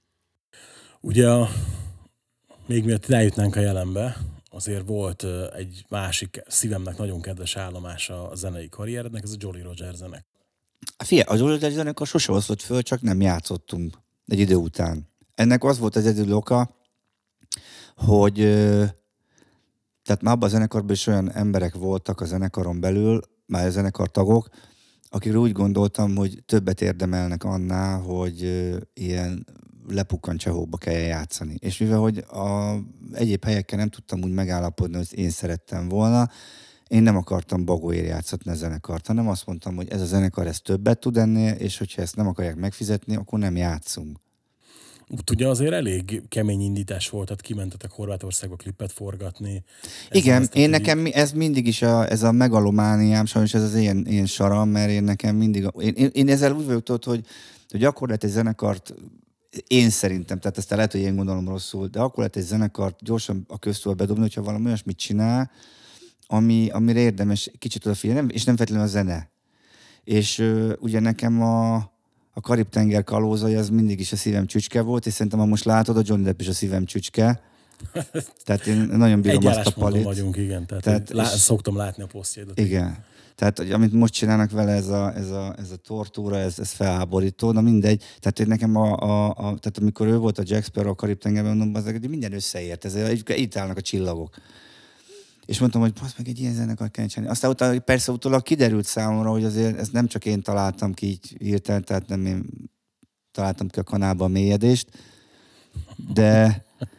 Ugye a, még miatt eljutnánk a jelenbe, azért volt egy másik szívemnek nagyon kedves állomása a zenei karrierednek, ez a Jolly Roger zenek. Figyelj, a Jolly Roger zenekar sose osztott föl, csak nem játszottunk egy idő után. Ennek az volt az egyedül oka, hogy tehát már abban a zenekarban is olyan emberek voltak a zenekaron belül, már a zenekar tagok, akikről úgy gondoltam, hogy többet érdemelnek annál, hogy ilyen lepukkant Csehóba kell játszani. És mivel, hogy a egyéb helyekkel nem tudtam úgy megállapodni, hogy én szerettem volna, én nem akartam bagóért játszatni a zenekart, hanem azt mondtam, hogy ez a zenekar ez többet tud ennél, és hogyha ezt nem akarják megfizetni, akkor nem játszunk. Úgy ugye azért elég kemény indítás volt, tehát kimentetek Horvátországba klipet forgatni. Ez igen, azt, én nekem ez mindig is a, ez a megalomániám, sajnos ez az én, én saram, mert én nekem mindig, én, én, én ezzel úgy vagyok tudod, hogy, hogy akkor lehet egy zenekart, én szerintem, tehát ezt lehet, hogy én gondolom rosszul, de akkor lehet egy zenekart gyorsan a köztől bedobni, hogyha valami olyasmit csinál, ami, amire érdemes kicsit odafigyelni, és nem feltétlenül a zene. És uh, ugye nekem a, a Karib-tenger kalózai az mindig is a szívem csücske volt, és szerintem, ha most látod, a Johnny Depp is a szívem csücske. Tehát én nagyon bírom azt a palit. vagyunk, igen. Tehát, tehát lá- és, szoktam látni a posztjaidat. Igen. Tehát, hogy amit most csinálnak vele, ez a, ez a, ez a tortúra, ez, ez felháborító, na mindegy. Tehát, hogy nekem a, a, a tehát amikor ő volt a Jack Sparrow a Karib-tengerben, mondom, az, minden összeért. Ez, itt állnak a csillagok. És mondtam, hogy passz meg, egy ilyen zenekart kell csinálni. Aztán utána, persze utólag kiderült számomra, hogy azért ez nem csak én találtam ki így hirtelen, tehát nem én találtam ki a kanálba a mélyedést, de...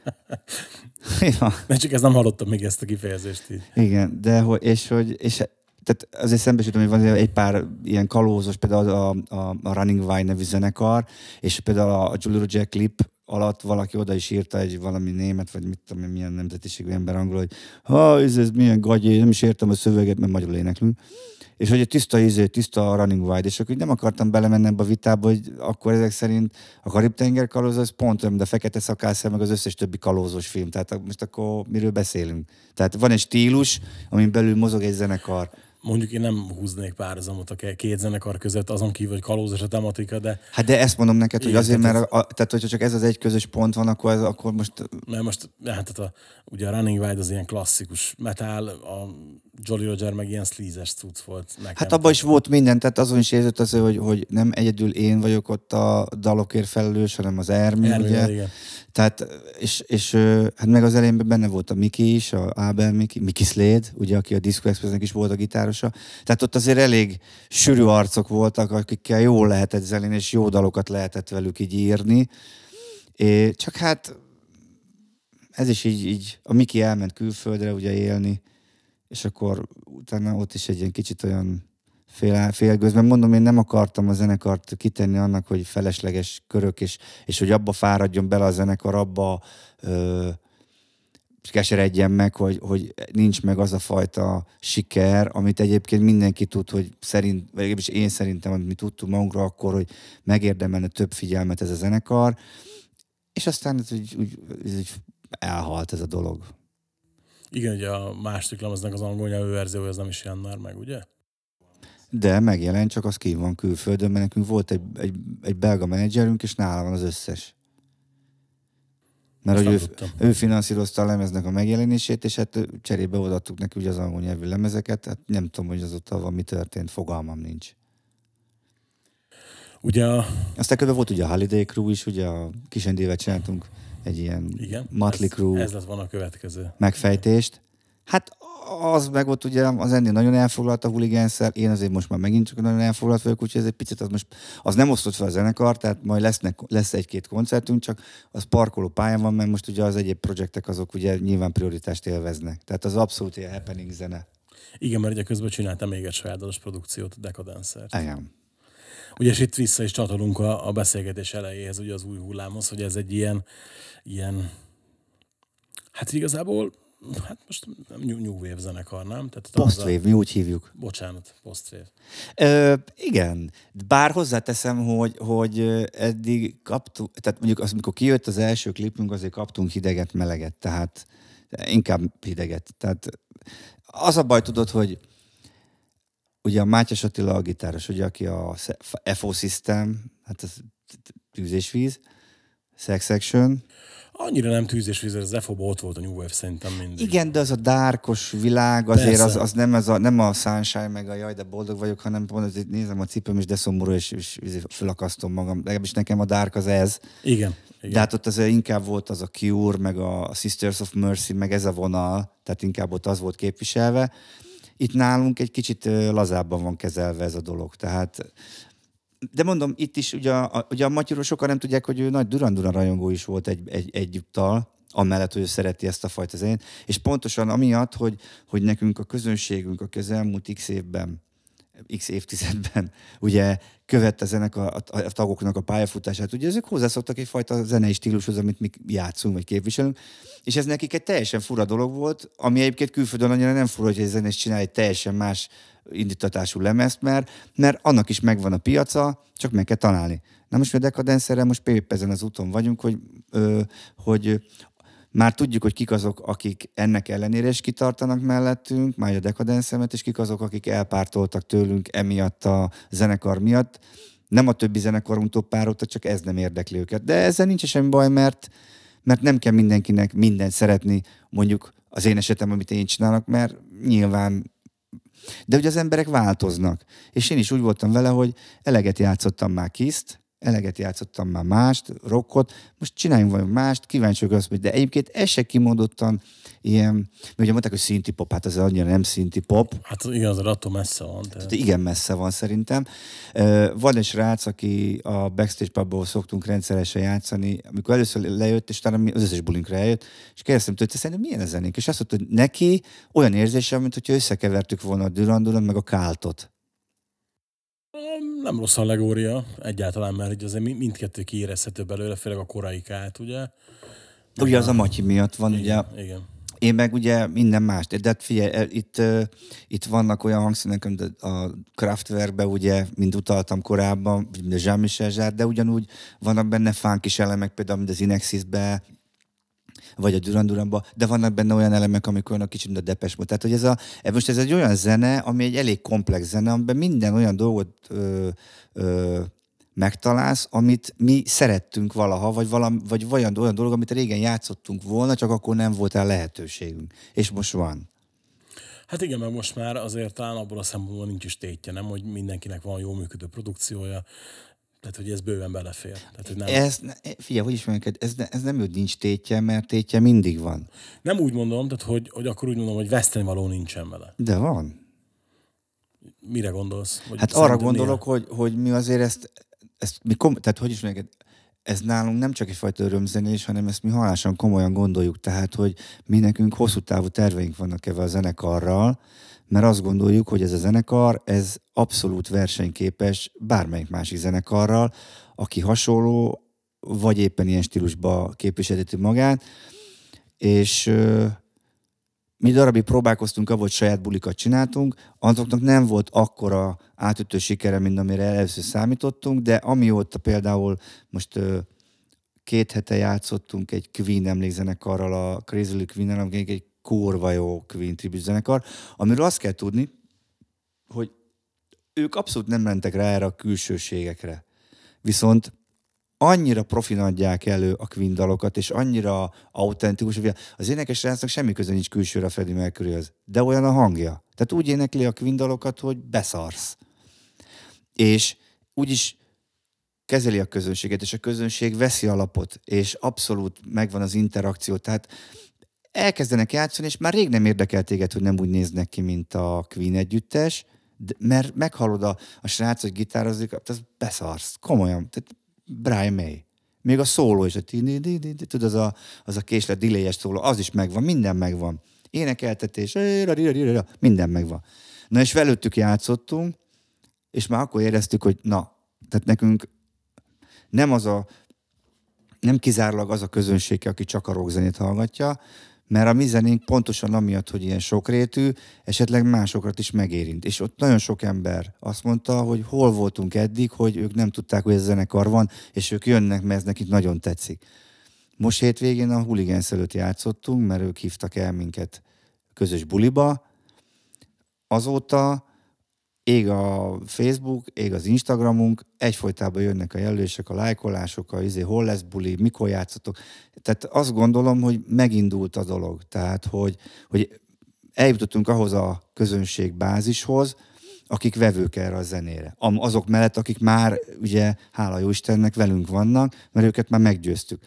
ja. De csak ezt nem hallottam még ezt a kifejezést így. Igen, de hogy, és hogy, és tehát azért szembesültem, hogy van egy pár ilyen kalózos, például a, a, a Running Wild nevű zenekar, és például a Jolly Roger klip alatt valaki oda is írta egy valami német, vagy mit tudom én, milyen nemzetiségű ember angol, hogy ha, ez, ez milyen gagyi, nem is értem a szöveget, mert magyarul éneklünk. És hogy egy tiszta ízé, tiszta a Running Wild, és akkor nem akartam belemenni ebbe a vitába, hogy akkor ezek szerint a Karib-tenger kalóz, az pont olyan, de a Fekete Szakálszem, meg az összes többi kalózos film. Tehát most akkor miről beszélünk? Tehát van egy stílus, amin belül mozog egy zenekar. Mondjuk én nem húznék párhuzamot a két zenekar között, azon kívül, hogy kalózos a tematika, de... Hát de ezt mondom neked, hogy igen, azért, tehát mert a, a, tehát, hogyha csak ez az egy közös pont van, akkor, ez, akkor most... Mert most, hát a, ugye a Running Wild az ilyen klasszikus metal, a Jolly Roger meg ilyen sleaze-es cucc volt nekem. Hát abban is volt minden, tehát azon is érzett az, hogy, hogy nem egyedül én vagyok ott a dalokért felelős, hanem az Ermi, Ermi, ugye? Igen. Tehát, és, és hát meg az elején benne volt a Miki is, a Ábel Miki, Miki Slade, ugye, aki a Disco Expressnek is volt a gitárosa. Tehát ott azért elég sűrű arcok voltak, akikkel jól lehetett zenélni, és jó dalokat lehetett velük így írni. É, csak hát ez is így, így, a Miki elment külföldre ugye élni, és akkor utána ott is egy ilyen kicsit olyan fél, félgőzben. Mondom, én nem akartam a zenekart kitenni annak, hogy felesleges körök, és, és hogy abba fáradjon bele a zenekar, abba ö, keseredjen meg, hogy, hogy nincs meg az a fajta siker, amit egyébként mindenki tud, hogy szerint, vagy legalábbis én szerintem, amit mi tudtunk magunkra akkor, hogy megérdemelne több figyelmet ez a zenekar, és aztán ez úgy, úgy, ez úgy elhalt ez a dolog. Igen, ugye a második lemeznek az angol nyelvű verziója az nem is jelent már meg, ugye? De megjelent, csak az kín van külföldön, mert nekünk volt egy, egy, egy belga menedzserünk, és nála van az összes. Mert Azt hogy nem ő, tudtam. ő finanszírozta a lemeznek a megjelenését, és hát cserébe odaadtuk neki ugye az angol nyelvű lemezeket, hát nem tudom, hogy azóta van mi történt, fogalmam nincs. Ugye a, Aztán közben volt ugye a Holiday Crew is, ugye a Kis Endével csináltunk egy ilyen igen, Motley ez, Crew ez lett volna a következő. megfejtést. Hát az meg volt ugye, az ennél nagyon elfoglalt a Hooligans-szel, én azért most már megint csak nagyon elfoglalt vagyok, úgyhogy ez egy picit az most, az nem osztott fel a zenekar, tehát majd lesznek, lesz egy-két koncertünk, csak az parkoló pályán van, mert most ugye az egyéb projektek azok ugye nyilván prioritást élveznek. Tehát az abszolút ilyen happening zene. Igen, mert ugye közben csináltam még egy sajátos produkciót, a Decadence-ert. Igen. Ugye és itt vissza is csatolunk a, a beszélgetés elejéhez, ugye az új hullámhoz, hogy ez egy ilyen, ilyen hát igazából, hát most nem new, new wave zenekar, nem? Tehát Post-wave, mi úgy hívjuk. Bocsánat, post-wave. Ö, igen, bár hozzáteszem, hogy, hogy eddig kaptunk, tehát mondjuk az, amikor kijött az első klipünk, azért kaptunk hideget, meleget, tehát inkább hideget. Tehát az a baj, tudod, hogy ugye a Mátyás Attila a gitáros, ugye, aki a ef o System, hát ez tűz és víz, Sex Action. Annyira nem tűz és víz, az ef o-ban ott volt a new wave szerintem mindig. Igen, de az a dárkos világ, azért Persze. az, az nem, az a, nem a sunshine, meg a jaj, de boldog vagyok, hanem pont nézem a cipőm, és de szomorú, és, és, és fölakasztom magam. Legalábbis nekem a dark az ez. Igen. Igen. De hát ott azért inkább volt az a Cure, meg a Sisters of Mercy, meg ez a vonal, tehát inkább ott az volt képviselve. Itt nálunk egy kicsit lazábban van kezelve ez a dolog, tehát de mondom, itt is ugye a, ugye a Matyúról sokan nem tudják, hogy ő nagy Duran Duran rajongó is volt egy, egy, együttal, amellett, hogy ő szereti ezt a fajta zenét, és pontosan amiatt, hogy, hogy nekünk a közönségünk, aki az elmúlt x évben, x évtizedben ugye követte a, zenekar, a, a tagoknak a pályafutását, ugye ezek hozzászoktak egyfajta zenei stílushoz, amit mi játszunk, vagy képviselünk, és ez nekik egy teljesen fura dolog volt, ami egyébként külföldön annyira nem fura, hogy egy zenés csinál egy teljesen más indítatású lemezt, mert, mert annak is megvan a piaca, csak meg kell találni. Na most mi a Decadence-re most épp ezen az úton vagyunk, hogy, ö, hogy már tudjuk, hogy kik azok, akik ennek ellenére is kitartanak mellettünk, már a Decadence-emet, és kik azok, akik elpártoltak tőlünk emiatt a zenekar miatt. Nem a többi zenekarunktól pároltak, csak ez nem érdekli őket. De ezzel nincs semmi baj, mert, mert nem kell mindenkinek mindent szeretni, mondjuk az én esetem, amit én csinálok, mert nyilván de ugye az emberek változnak. És én is úgy voltam vele, hogy eleget játszottam már Kiszt, eleget játszottam már mást, rockot, most csináljunk valami mást, kíváncsi vagyok azt, hogy de egyébként ez se kimondottan ilyen, mert ugye mondták, hogy szinti pop, hát ez annyira nem szinti pop. Hát igen, az attól messze van. Tehát. Igen, messze van szerintem. Van egy srác, aki a Backstage Pubból szoktunk rendszeresen játszani, amikor először lejött, és talán az összes bulinkra eljött, és kérdeztem tőle, hogy szerintem milyen a zenénk? És azt mondta, hogy neki olyan érzése, mint hogyha összekevertük volna a Duran Duran meg a Káltot. Nem rossz allegória egyáltalán, mert így azért mindkettő kiérezhető belőle, főleg a korai Kált, ugye? Ugye az a Matyi miatt van, igen, ugye. Igen. Én meg ugye minden más. De hát figyelj, itt, uh, itt vannak olyan hangszínek, mint a Kraftwerkben, ugye, mint utaltam korábban, mint a Jean-Michel Jarre, de ugyanúgy vannak benne funkis elemek, például, mint az Inexisben, vagy a Duran Duranban, de vannak benne olyan elemek, amik olyan kicsit, mint a Depeche Mode. Tehát, hogy ez, a, most ez egy olyan zene, ami egy elég komplex zene, amiben minden olyan dolgot ö, ö, megtalálsz, amit mi szerettünk valaha, vagy, valam, vagy olyan, olyan dolog, amit régen játszottunk volna, csak akkor nem volt el lehetőségünk. És most van. Hát igen, meg most már azért talán abból a szempontból nincs is tétje, nem, hogy mindenkinek van jó működő produkciója, tehát, hogy ez bőven belefér. Tehát, hogy nem... Ez, figyelj, hogy is mondjuk, ez, ez nem, hogy nincs tétje, mert tétje mindig van. Nem úgy mondom, tehát, hogy, hogy akkor úgy mondom, hogy vesztenivaló nincsen vele. De van. Mire gondolsz? Vagy hát arra gondolok, hogy, hogy mi azért ezt, ezt mi kom- tehát hogy is mondjuk, ez nálunk nem csak egyfajta örömzenés, hanem ezt mi halálosan komolyan gondoljuk, tehát, hogy mi nekünk hosszú távú terveink vannak ebben a zenekarral, mert azt gondoljuk, hogy ez a zenekar, ez abszolút versenyképes bármelyik másik zenekarral, aki hasonló, vagy éppen ilyen stílusba képviselheti magát, és euh, mi darabig próbálkoztunk abban, hogy saját bulikat csináltunk, azoknak nem volt akkora átütő sikere, mint amire először számítottunk, de amióta például most euh, két hete játszottunk egy Queen emlékzenekarral, a Crazy Queen-nel, ami egy kurva jó Queen tribute zenekar, amiről azt kell tudni, hogy ők abszolút nem mentek rá erre a külsőségekre. Viszont annyira profin adják elő a Queen dalokat, és annyira autentikus, hogy az énekes srácnak semmi köze nincs külsőre a Freddie Mercuryhöz, de olyan a hangja. Tehát úgy énekli a Queen dalokat, hogy beszarsz. És úgyis kezeli a közönséget, és a közönség veszi alapot, és abszolút megvan az interakció. Tehát elkezdenek játszani, és már rég nem érdekel téged, hogy nem úgy néznek ki, mint a Queen együttes, de, mert meghallod a, a srác, hogy gitározik, az beszarsz. Komolyan. Tehát Brian May. Még a szóló is, a tudod, az a, az a késlet, delay-es szóló, az is megvan, minden megvan. Énekeltetés, minden megvan. Na és velőttük játszottunk, és már akkor éreztük, hogy na, tehát nekünk nem az a, nem kizárólag az a közönség, aki csak a rockzenét hallgatja, mert a mi zenénk pontosan amiatt, hogy ilyen sokrétű, esetleg másokat is megérint. És ott nagyon sok ember azt mondta, hogy hol voltunk eddig, hogy ők nem tudták, hogy ez zenekar van, és ők jönnek, mert ez nekik nagyon tetszik. Most hétvégén a Hooligans előtt játszottunk, mert ők hívtak el minket közös buliba. Azóta ég a Facebook, ég az Instagramunk, egyfolytában jönnek a jelölések, a lájkolások, a izé, hol lesz buli, mikor játszotok. Tehát azt gondolom, hogy megindult a dolog. Tehát, hogy, hogy eljutottunk ahhoz a közönségbázishoz, akik vevők erre a zenére. Azok mellett, akik már, ugye, hála jó Istennek velünk vannak, mert őket már meggyőztük.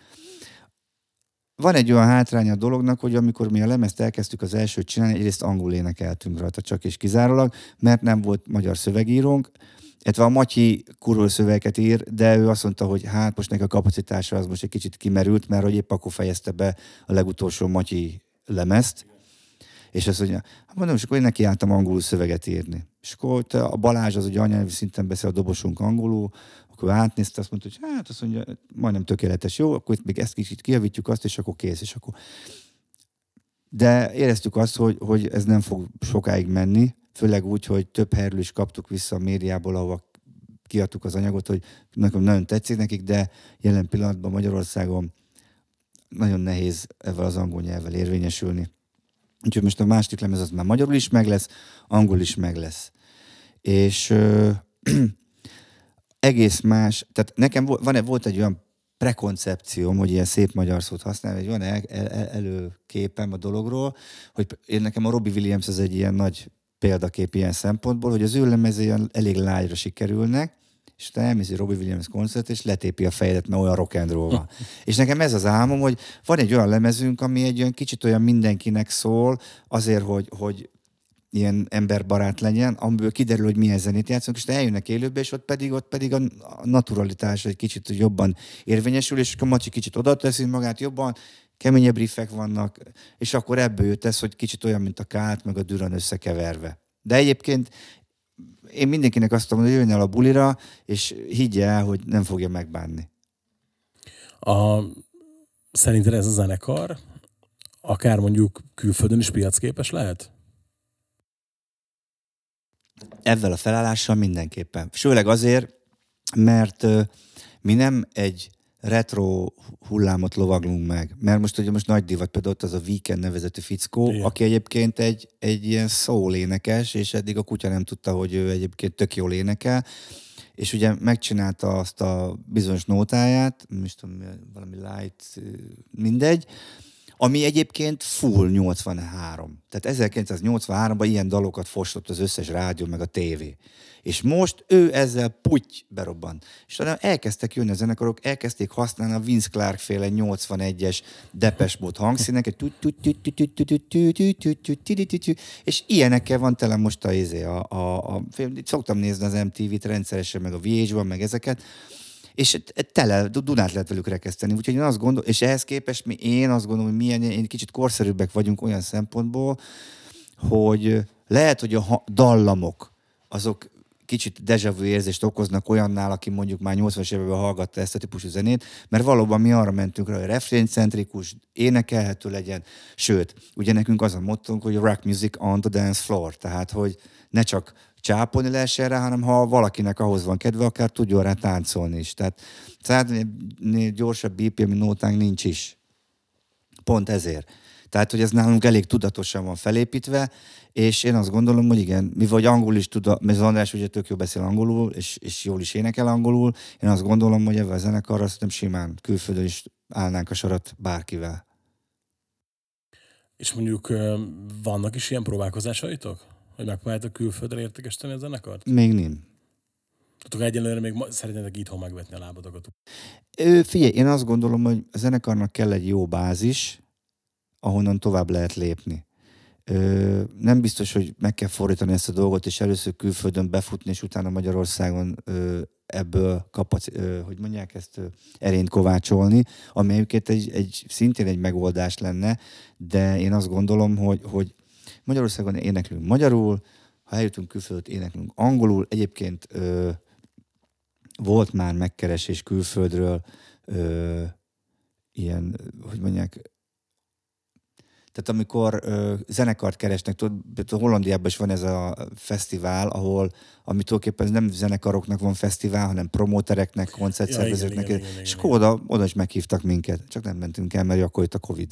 Van egy olyan hátránya a dolognak, hogy amikor mi a lemezt elkezdtük az elsőt csinálni, egyrészt angol énekeltünk rajta csak és kizárólag, mert nem volt magyar szövegírónk, illetve a Matyi kurva szövegeket ír, de ő azt mondta, hogy hát most neki a kapacitása az most egy kicsit kimerült, mert hogy épp akkor fejezte be a legutolsó Matyi lemezt, és azt mondja, hát mondom, és akkor én neki álltam angolul szöveget írni. És akkor a Balázs az ugye anyanyelvi szinten beszél, a dobosunk angolul, akkor átnézte, azt mondta, hogy hát azt mondja, majdnem tökéletes, jó, akkor itt még ezt kicsit kijavítjuk azt, és akkor kész, és akkor... De éreztük azt, hogy, hogy ez nem fog sokáig menni, főleg úgy, hogy több helyről is kaptuk vissza a médiából, ahova kiadtuk az anyagot, hogy nekem nagyon tetszik nekik, de jelen pillanatban Magyarországon nagyon nehéz ezzel az angol nyelvvel érvényesülni. Úgyhogy most a második lemez az már magyarul is meg lesz, angol is meg lesz. És ö, egész más, tehát nekem van, volt egy olyan prekoncepcióm, hogy ilyen szép magyar szót használni, egy olyan el, el, előképem a dologról, hogy én nekem a Robbie Williams az egy ilyen nagy példakép ilyen szempontból, hogy az ő lemezei elég lágyra sikerülnek, és te elmész egy Robbie Williams koncert, és letépi a fejedet, mert olyan rock and roll van. És nekem ez az álmom, hogy van egy olyan lemezünk, ami egy olyan kicsit olyan mindenkinek szól, azért, hogy, hogy ilyen emberbarát legyen, amiből kiderül, hogy milyen zenét játszunk, és te eljönnek élőbe, és ott pedig, ott pedig a naturalitás egy kicsit jobban érvényesül, és akkor Macsi kicsit oda teszi magát jobban, keményebb riffek vannak, és akkor ebből jött ez, hogy kicsit olyan, mint a Kált, meg a Düran összekeverve. De egyébként én mindenkinek azt mondom, hogy jöjjön el a bulira, és higgye el, hogy nem fogja megbánni. A, szerinted ez a zenekar akár mondjuk külföldön is piacképes lehet? Ezzel a felállással mindenképpen. Főleg azért, mert uh, mi nem egy retro hullámot lovaglunk meg. Mert most ugye most nagy divat például ott az a Weekend nevezetű fickó, igen, aki egyébként egy, egy ilyen soul énekes, és eddig a kutya nem tudta, hogy ő egyébként tök jól énekel, és ugye megcsinálta azt a bizonyos nótáját, most tudom, valami light, mindegy, ami egyébként full nyolcvanhárom. Tehát ezerkilencszáznyolcvanháromban ilyen dalokat fostott az összes rádió, meg a tévé. És most ő ezzel puty berobban. És talán elkezdtek jönni a zenekarok, elkezdték használni a Vince Clarke féle nyolcvanegyes Depeche Mode hangszíneket, és ilyenekkel van tele most a izé. A, a, a, szoktam nézni az em té vét rendszeresen, meg a vé há-ban, meg ezeket, és tele, Dunát lehet velük rekeszteni. Úgyhogy én azt gondolom, és ehhez képest mi, én azt gondolom, hogy milyen, én kicsit korszerűbbek vagyunk olyan szempontból, hogy lehet, hogy a dallamok, azok kicsit déjà vu érzést okoznak olyannál, aki mondjuk már nyolcvanas években hallgatta ezt a típusú zenét, mert valóban mi arra mentünk rá, hogy refréncentrikus, énekelhető legyen, sőt, ugye nekünk az a mottónk, hogy rock music on the dance floor, tehát, hogy ne csak csápolni lehessen rá, hanem ha valakinek ahhoz van kedve, akár tudjon rá táncolni is. Tehát száznél gyorsabb bé pé em nótánk nincs is. Pont ezért. Tehát, hogy ez nálunk elég tudatosan van felépítve, és én azt gondolom, hogy igen, mi vagy angol is tud, mert az András ugye tök jó beszél angolul, és, és jól is énekel angolul, én azt gondolom, hogy ebben a zenekarra azt nem simán külföldön is állnánk a sarat bárkivel. És mondjuk vannak is ilyen próbálkozásaitok? Hogy megpróbáljátok külföldre értékesíteni a zenekart? Még nem. Tudok egyelőre még szeretnétek itthon megvetni a lábatokat? Ö, figyelj, én azt gondolom, hogy a zenekarnak kell egy jó bázis, ahonnan tovább lehet lépni. Ö, nem biztos, hogy meg kell fordítani ezt a dolgot, és először külföldön befutni, és utána Magyarországon ö, ebből kapaci- ö, hogy mondják ezt, ö, erényt kovácsolni, ami egyébként egy, egy, szintén egy megoldás lenne, de én azt gondolom, hogy, hogy Magyarországon éneklünk magyarul, ha eljutunk külföldöt, éneklünk angolul. Egyébként ö, volt már megkeresés külföldről, ö, ilyen, hogy mondják, tehát amikor ö, zenekart keresnek, tudod, Hollandiában is van ez a fesztivál, ahol, ami tulajdonképpen nem zenekaroknak van fesztivál, hanem promótereknek, koncertszervezőknek, ja, és akkor oda, oda is meghívtak minket. Csak nem mentünk el, mert akkor jött a Covid.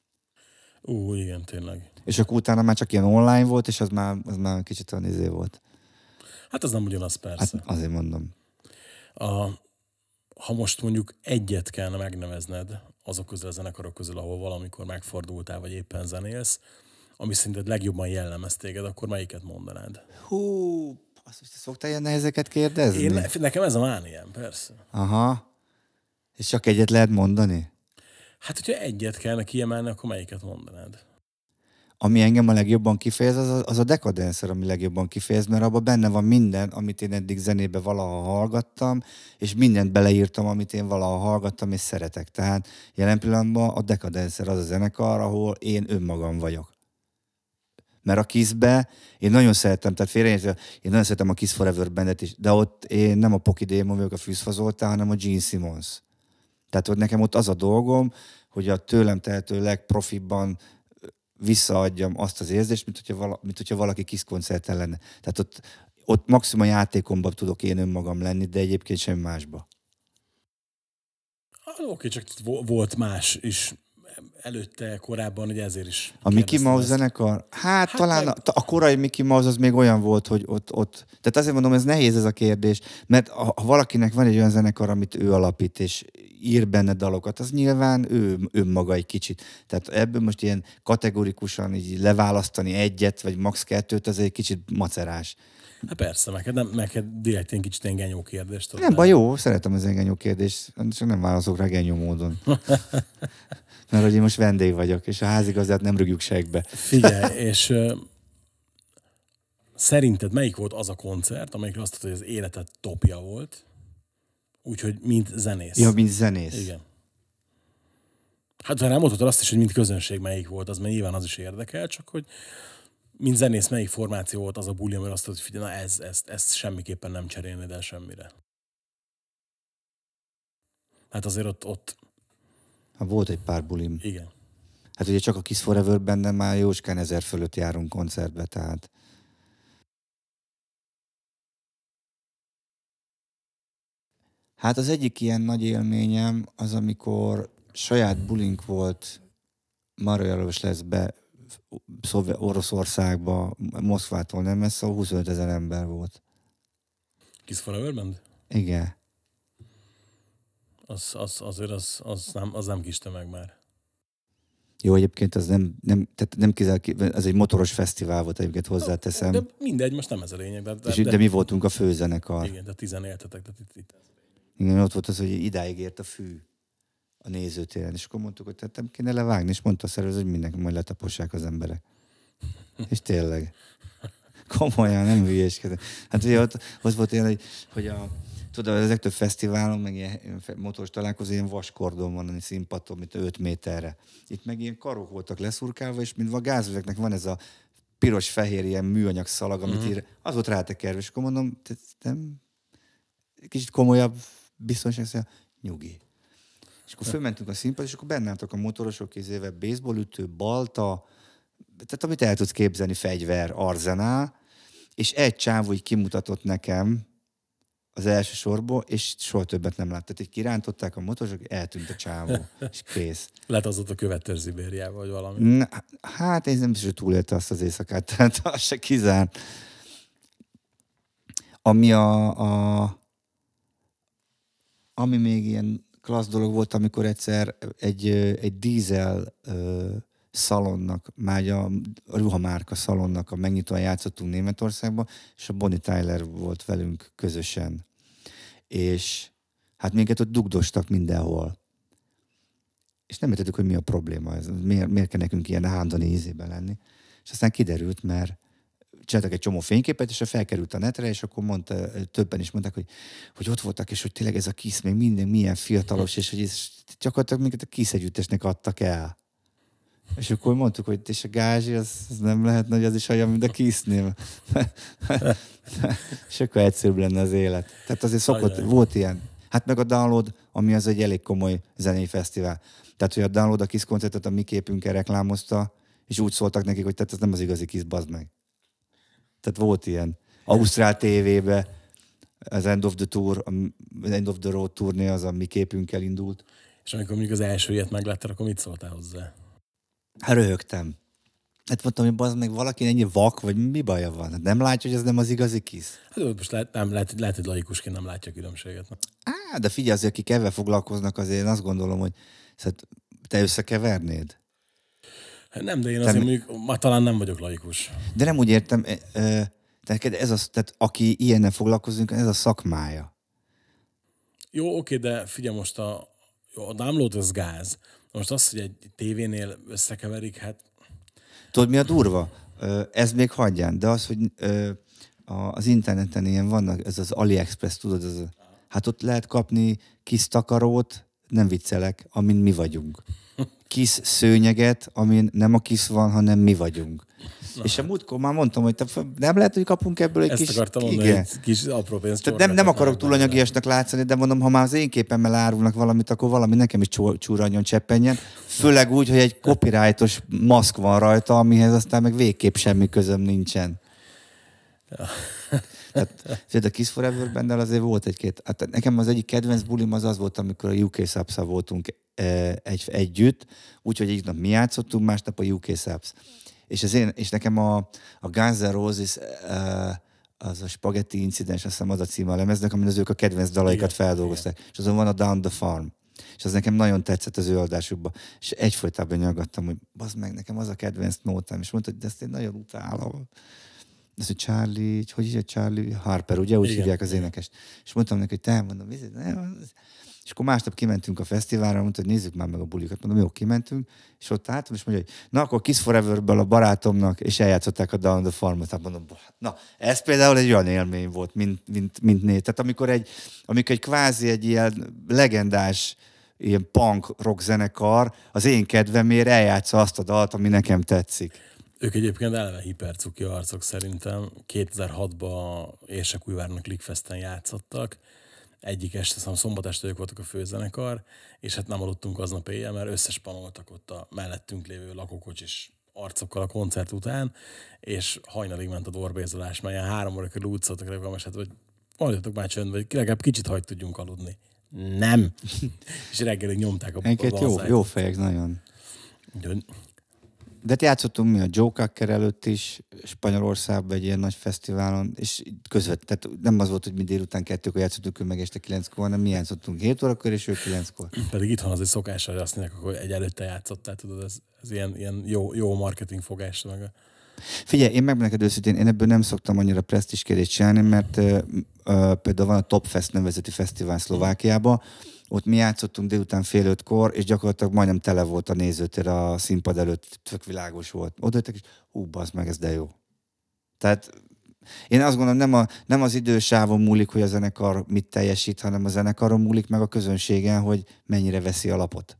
Ú, igen, tényleg. És akkor utána már csak ilyen online volt, és az már, az már kicsit olyan izé volt. Hát az nem ugyanaz, persze. Hát azért mondom. A, ha most mondjuk egyet kellene megnevezned azok közül a zenekarok közül, ahol valamikor megfordultál, vagy éppen zenélsz, ami szerinted legjobban jellemez téged, akkor melyiket mondanád? Hú, azt most szoktál ilyen nehezeket kérdezni? Én, nekem ez a mániám, persze. Aha. És csak egyet lehet mondani? Hát, hogyha egyet kellene kiemelni, akkor melyiket mondanád? Ami engem a legjobban kifejez, az a, az a Decadencer, ami legjobban kifejez, mert abban benne van minden, amit én eddig zenébe valaha hallgattam, és mindent beleírtam, amit én valaha hallgattam, és szeretek. Tehát jelen pillanatban a Decadencer az a zenekar, ahol én önmagam vagyok. Mert a Kissbe én nagyon szeretem, tehát félreértve, én nagyon szeretem a Kiss Forever Bandet is, de ott én nem a Poki Démon vagyok, a Fűzfa Zoltán, hanem a Gene Simmons. Tehát ott nekem ott az a dolgom, hogy a tőlem tehető legprofibban visszaadjam azt az érzést, mint hogyha, vala, mint hogyha valaki Kiss koncerten lenne. Tehát ott, ott maximum játékomban tudok én önmagam lenni, de egyébként semmi másba. Oké, okay, csak volt más is előtte, korábban, hogy ezért is. A Mickey Mouse zenekar? Hát, hát talán meg... a, a korai Mickey Mouse az még olyan volt, hogy ott, ott... Tehát azért mondom, ez nehéz ez a kérdés, mert ha valakinek van egy olyan zenekar, amit ő alapít, és ír benne dalokat, az nyilván ő önmaga egy kicsit. Tehát ebből most ilyen kategorikusan így leválasztani egyet, vagy max. kettőt, az egy kicsit macerás. Hát persze, neked, nem, neked direkt egy kicsit ilyen genyó kérdést. Nem baj, jó, szeretem az ilyen genyó kérdést, csak nem válaszolok rá genyó módon. Mert hogy én most vendég vagyok, és a házigazdát nem rúgjuk segbe. Figyelj, és uh, szerinted melyik volt az a koncert, amelyikre azt mondtad, hogy az életed topja volt, úgyhogy mint zenész? Ja, mint zenész. Igen. Hát ha nem mondhatod azt is, hogy mint közönség melyik volt, az mert nyilván az is érdekel, csak hogy mint zenész melyik formáció volt az a buli, amire azt mondtad, hogy figyelj, na ez, ez, ezt semmiképpen nem cserélnéd el semmire. Hát azért ott... ott... Ha volt egy pár bulim. Igen. Hát ugye csak a Kiss Forever benne már jócskán ezer fölött járunk koncertbe, tehát... Hát az egyik ilyen nagy élményem az, amikor saját bulink volt Marajalosleszbe, Oroszországba, Moszkvától nem messze, huszonöt ezer ember volt. Kiss Forever Band? Igen. Az, az, azért az, az, nem, az nem kiste meg már. Jó, egyébként az nem, nem, tehát nem kizárt, ez egy motoros fesztivál volt, egyébként hozzáteszem. De mindegy, most nem ez a lényeg. De, de, És, de mi voltunk a főzenekar. Igen, de tizen éltetek. De itt, itt. Igen, ott volt az, hogy idáig ért a fű a nézőtéren, és akkor mondtuk, hogy tehát nem kéne levágni, és mondta a szervező, hogy mindenki majd letapossák az emberek. És tényleg. Komolyan, nem hülyéskedem. Hát ugye ott, ott volt olyan, hogy, hogy a, tudod, az legtöbb fesztiválon, meg ilyen motoros találkozó, ilyen vaskordon van, színpadon, mint öt méterre. Itt meg ilyen karok voltak leszurkálva, és mint a gázüvegnek van ez a piros-fehér ilyen műanyag szalag, amit uh-huh. ír, az volt rátekerve, és akkor mondom, nem, kicsit komolyabb biztonság, szóval nyugi. És akkor fölmentünk a színpadra, és akkor benne álltak a motorosok kézével, baseballütő, balta, tehát amit el tudsz képzelni, fegyver, arzenál, és egy csáv úgy kimutatott nekem, az első sorból, és soha többet nem látta. Tehát így kirántották a motorosok, eltűnt a csávó, és kész. Lehet az ott a követő Zibériába, vagy valami. Na, hát én nem is, hogy túlélte azt az éjszakát, tehát az se kizár. Ami a, a ami még ilyen klassz dolog volt, amikor egyszer egy, egy dízel ö, szalonnak, már a, a ruhamárka szalonnak a megnyitóan játszottunk Németországban, és a Bonnie Tyler volt velünk közösen. És hát minket ott dugdostak mindenhol. És nem értettük, hogy mi a probléma. Ez, miért, miért kell nekünk ilyen hándani ízében lenni. És aztán kiderült, mert csináltak egy csomó fényképet, és felkerült a netre, és akkor mondta, többen is mondták, hogy, hogy ott voltak, és hogy tényleg ez a Kiss még minden milyen fiatalos, és hogy ez gyakorlatilag minket a Kiss együttesnek adtak el. És akkor mondtuk, hogy és a gázsi, az, az nem lehetne, hogy az is olyan, mint a Kissnél. És akkor egyszerűbb lenne az élet. Tehát azért szokott, Ajaj. volt ilyen. Hát meg a Download, ami az egy elég komoly zenei fesztivál. Tehát, hogy a Download a Kiss koncertet a mi képünkkel reklámozta, és úgy szóltak nekik, hogy tehát ez nem az igazi Kiss, bazd meg. Tehát volt ilyen. Ausztrál tévébe az End of the Tour, az End of the Road turné az a mi képünkkel indult. És amikor mondjuk az első ilyet megláttad, akkor mit szóltál hozzá? Hát röhögtem. Hát mondtam, hogy bazd meg valaki ennyi vak, vagy mi baja van? Hát nem látja, hogy ez nem az igazi Kiss? Hát most lehet, nem, lehet, lehet, hogy laikusként nem látja a különbséget. Nem? Á, de figyelj, azért, akik ebben foglalkoznak, azért én azt gondolom, hogy te összekevernéd? Nem, de én azért te... mondjuk, már talán nem vagyok laikus. De nem úgy értem, tehát, ez a, tehát aki ilyennel foglalkozunk, ez a szakmája. Jó, oké, de figyelj most a, a download az gáz. Most az, hogy egy tévénél összekeverik, hát... Tudod, mi a durva? Ez még hagyján, de az, hogy az interneten ilyen vannak, ez az AliExpress, tudod, ez a, hát ott lehet kapni kis takarót, nem viccelek, amin mi vagyunk. Kis szőnyeget, amin nem a Kiss van, hanem mi vagyunk. Na. És a múltkor már mondtam, hogy te, nem lehet, hogy kapunk ebből egy Ezt kis... Ezt akartam mondani, igen. egy kis apró pénzt. Tehát nem, nem akarok túlanyagiasnak látszani, de mondom, ha már az én képemmel árulnak valamit, akkor valami nekem is csúranyon cseppenjen. Főleg úgy, hogy egy copyrightos maszk van rajta, amihez aztán meg végképp semmi közöm nincsen. Ja. Tehát a Kiss Forever Banddel azért volt egy-két... Hát nekem az egyik kedvenc bulim az az volt, amikor a u ká Subs-szal voltunk egy, együtt, úgyhogy egy nap mi játszottunk, másnap a u ká Subs. És, az én, és nekem a, a Guns N' Roses az a Spaghetti Incidens, azt hiszem az a címe a lemeznek, amin az ők a kedvenc dalaikat igen, feldolgozták. Igen. És azon van a Down the Farm. És az nekem nagyon tetszett az ő adásukban. És egyfolytában nyaggattam, hogy bazd meg, nekem az a kedvenc nótám. És mondta, hogy de ezt én nagyon utálom. Ez a Charlie, hogy is a Charlie Harper, ugye? Úgy igen, hívják az énekest. És mondtam neki, hogy te mondom, nem. És akkor másnap kimentünk a fesztiválra, mondta, hogy nézzük már meg a bulikat. Mondom, jó, kimentünk, és ott álltam, és mondja, hogy na, akkor Kiss Foreverből a barátomnak, és eljátszották a Down the Farm-ot. Hát mondom, na, ez például egy olyan élmény volt, mint, mint, mint né. Tehát amikor egy, amikor egy kvázi egy ilyen legendás ilyen punk rock zenekar az én kedvemért eljátsza azt a dalt, ami nekem tetszik. Ők egyébként eleve hipercuki arcok szerintem. kétezer-hatban Érsekújvárnak Lickfesten játszottak. Egyik este, szóval szombat este ők voltak a főzenekar, és hát nem aludtunk aznap éjjel, mert összespanoltak ott a mellettünk lévő lakókocsis arcokkal a koncert után, és hajnalig ment a dorbézolás, mert ilyen három óra körül úgy szóltak rá, hát, hogy maradjatok már csöndbe, hogy legalább kicsit hagy tudjunk aludni. Nem. És reggelig nyomták a Enket jó, jó fejek, nagyon. Úgyhogy... De játszottunk mi a Joe Cocker előtt is, Spanyolországban egy ilyen nagy fesztiválon, és közvet, tehát nem az volt, hogy mi délután kettőkor játszottunk, ő meg este kilenckor, hanem mi játszottunk hét órakor, és ő kilenckor. Pedig itthon az egy szokás, hogy azt mondják, hogy egy előtte játszottál, tudod, ez, ez ilyen, ilyen jó, jó marketing fogás. Meg a... Figyelj, én meg neked őszintén, én ebből nem szoktam annyira presztízskedést csinálni, mert uh, uh, például van a Top Fest nevezeti fesztivál Szlovákiában, ott mi játszottunk délután fél ötkor, és gyakorlatilag majdnem tele volt a nézőtér a színpad előtt, tök világos volt. Odajöttek, és ú, bazd meg, ez de jó. Tehát én azt gondolom, nem, a, nem az idősávon múlik, hogy a zenekar mit teljesít, hanem a zenekaron múlik meg a közönségen, hogy mennyire veszi a lapot.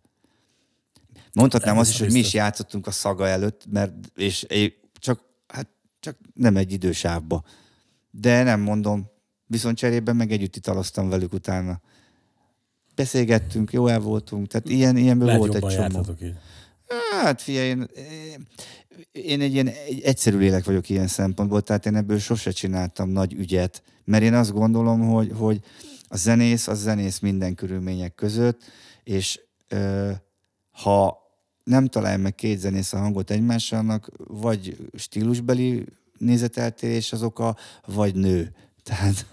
Mondhatnám azt is, hogy mi is játszottunk a Szaga előtt, mert, és csak, hát, csak nem egy idősávba. De nem mondom, viszont cserében meg együtt italoztam velük utána. Beszélgettünk, jó el voltunk, tehát ilyen, ilyenből volt egy csomó. Így. Hát figyelj, én, én egy ilyen egy egyszerű lélek vagyok ilyen szempontból, tehát én ebből sose csináltam nagy ügyet, mert én azt gondolom, hogy, hogy a zenész, az zenész minden körülmények között, és ö, ha nem találja meg két zenész a hangot egymásnak, vagy stílusbeli nézeteltérés az oka, vagy nő. Tehát...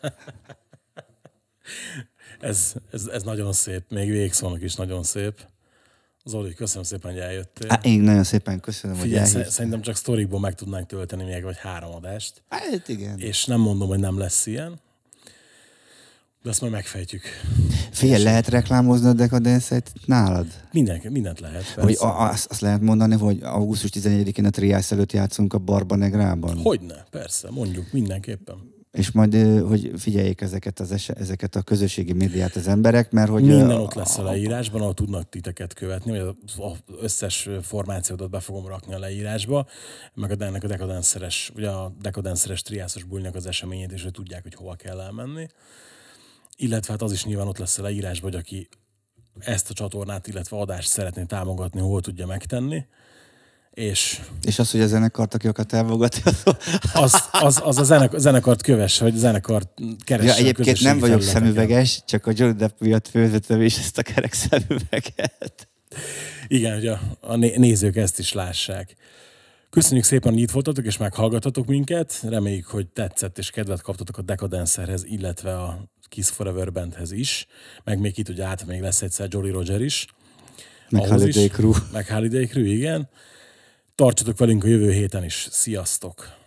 ez, ez, ez nagyon szép, még végszónak is nagyon szép. Zoli, köszönöm szépen, hogy eljöttél. Há, én nagyon szépen köszönöm, Figyelj, hogy elhívtál. Szerintem csak sztorikból meg tudnánk tölteni még vagy három adást. Hát igen. És nem mondom, hogy nem lesz ilyen. De azt majd megfejtjük. Figyelj, lehet reklámozni a Decadence-et nálad? Minden, mindent lehet. Hogy a, azt, azt lehet mondani, hogy augusztus tizenegyedikén a Triász előtt játszunk a Barba Negrában? Hogyne, persze, mondjuk mindenképpen. És majd, hogy figyeljék ezeket, az es- ezeket a közösségi médiát az emberek, mert hogy... Minden a, ott lesz a leírásban, ahol tudnak titeket követni, vagy az összes formációdat be fogom rakni a leírásba, meg a, ennek a dekadenszeres, ugye a dekadenszeres triászos bulinak az eseményét, és hogy tudják, hogy hova kell elmenni. Illetve hát az is nyilván ott lesz a leírásban, hogy aki ezt a csatornát, illetve adást szeretné támogatni, hol tudja megtenni. És, és az, hogy a zenekart, aki akart támogatni, az, az, az a zenek, zenekart kövesse, vagy zenekart keresse. Ja, egyébként nem vagyok területeken. szemüveges, csak a Johnny Depp miatt fölvetem is ezt a kerek szemüveget. Igen, hogy a, a nézők ezt is lássák. Köszönjük szépen, hogy itt voltatok, és meghallgatatok minket. Reméljük, hogy tetszett, és kedvet kaptatok a Decadencerhez, illetve a Kiss Forever Bandhez is. Meg még ki tudja, át még lesz egyszer Jolly Roger is. Meg Ahhoz Holiday is. Crew. Meg Holiday Crew, igen. Tartsatok velünk a jövő héten is. Sziasztok!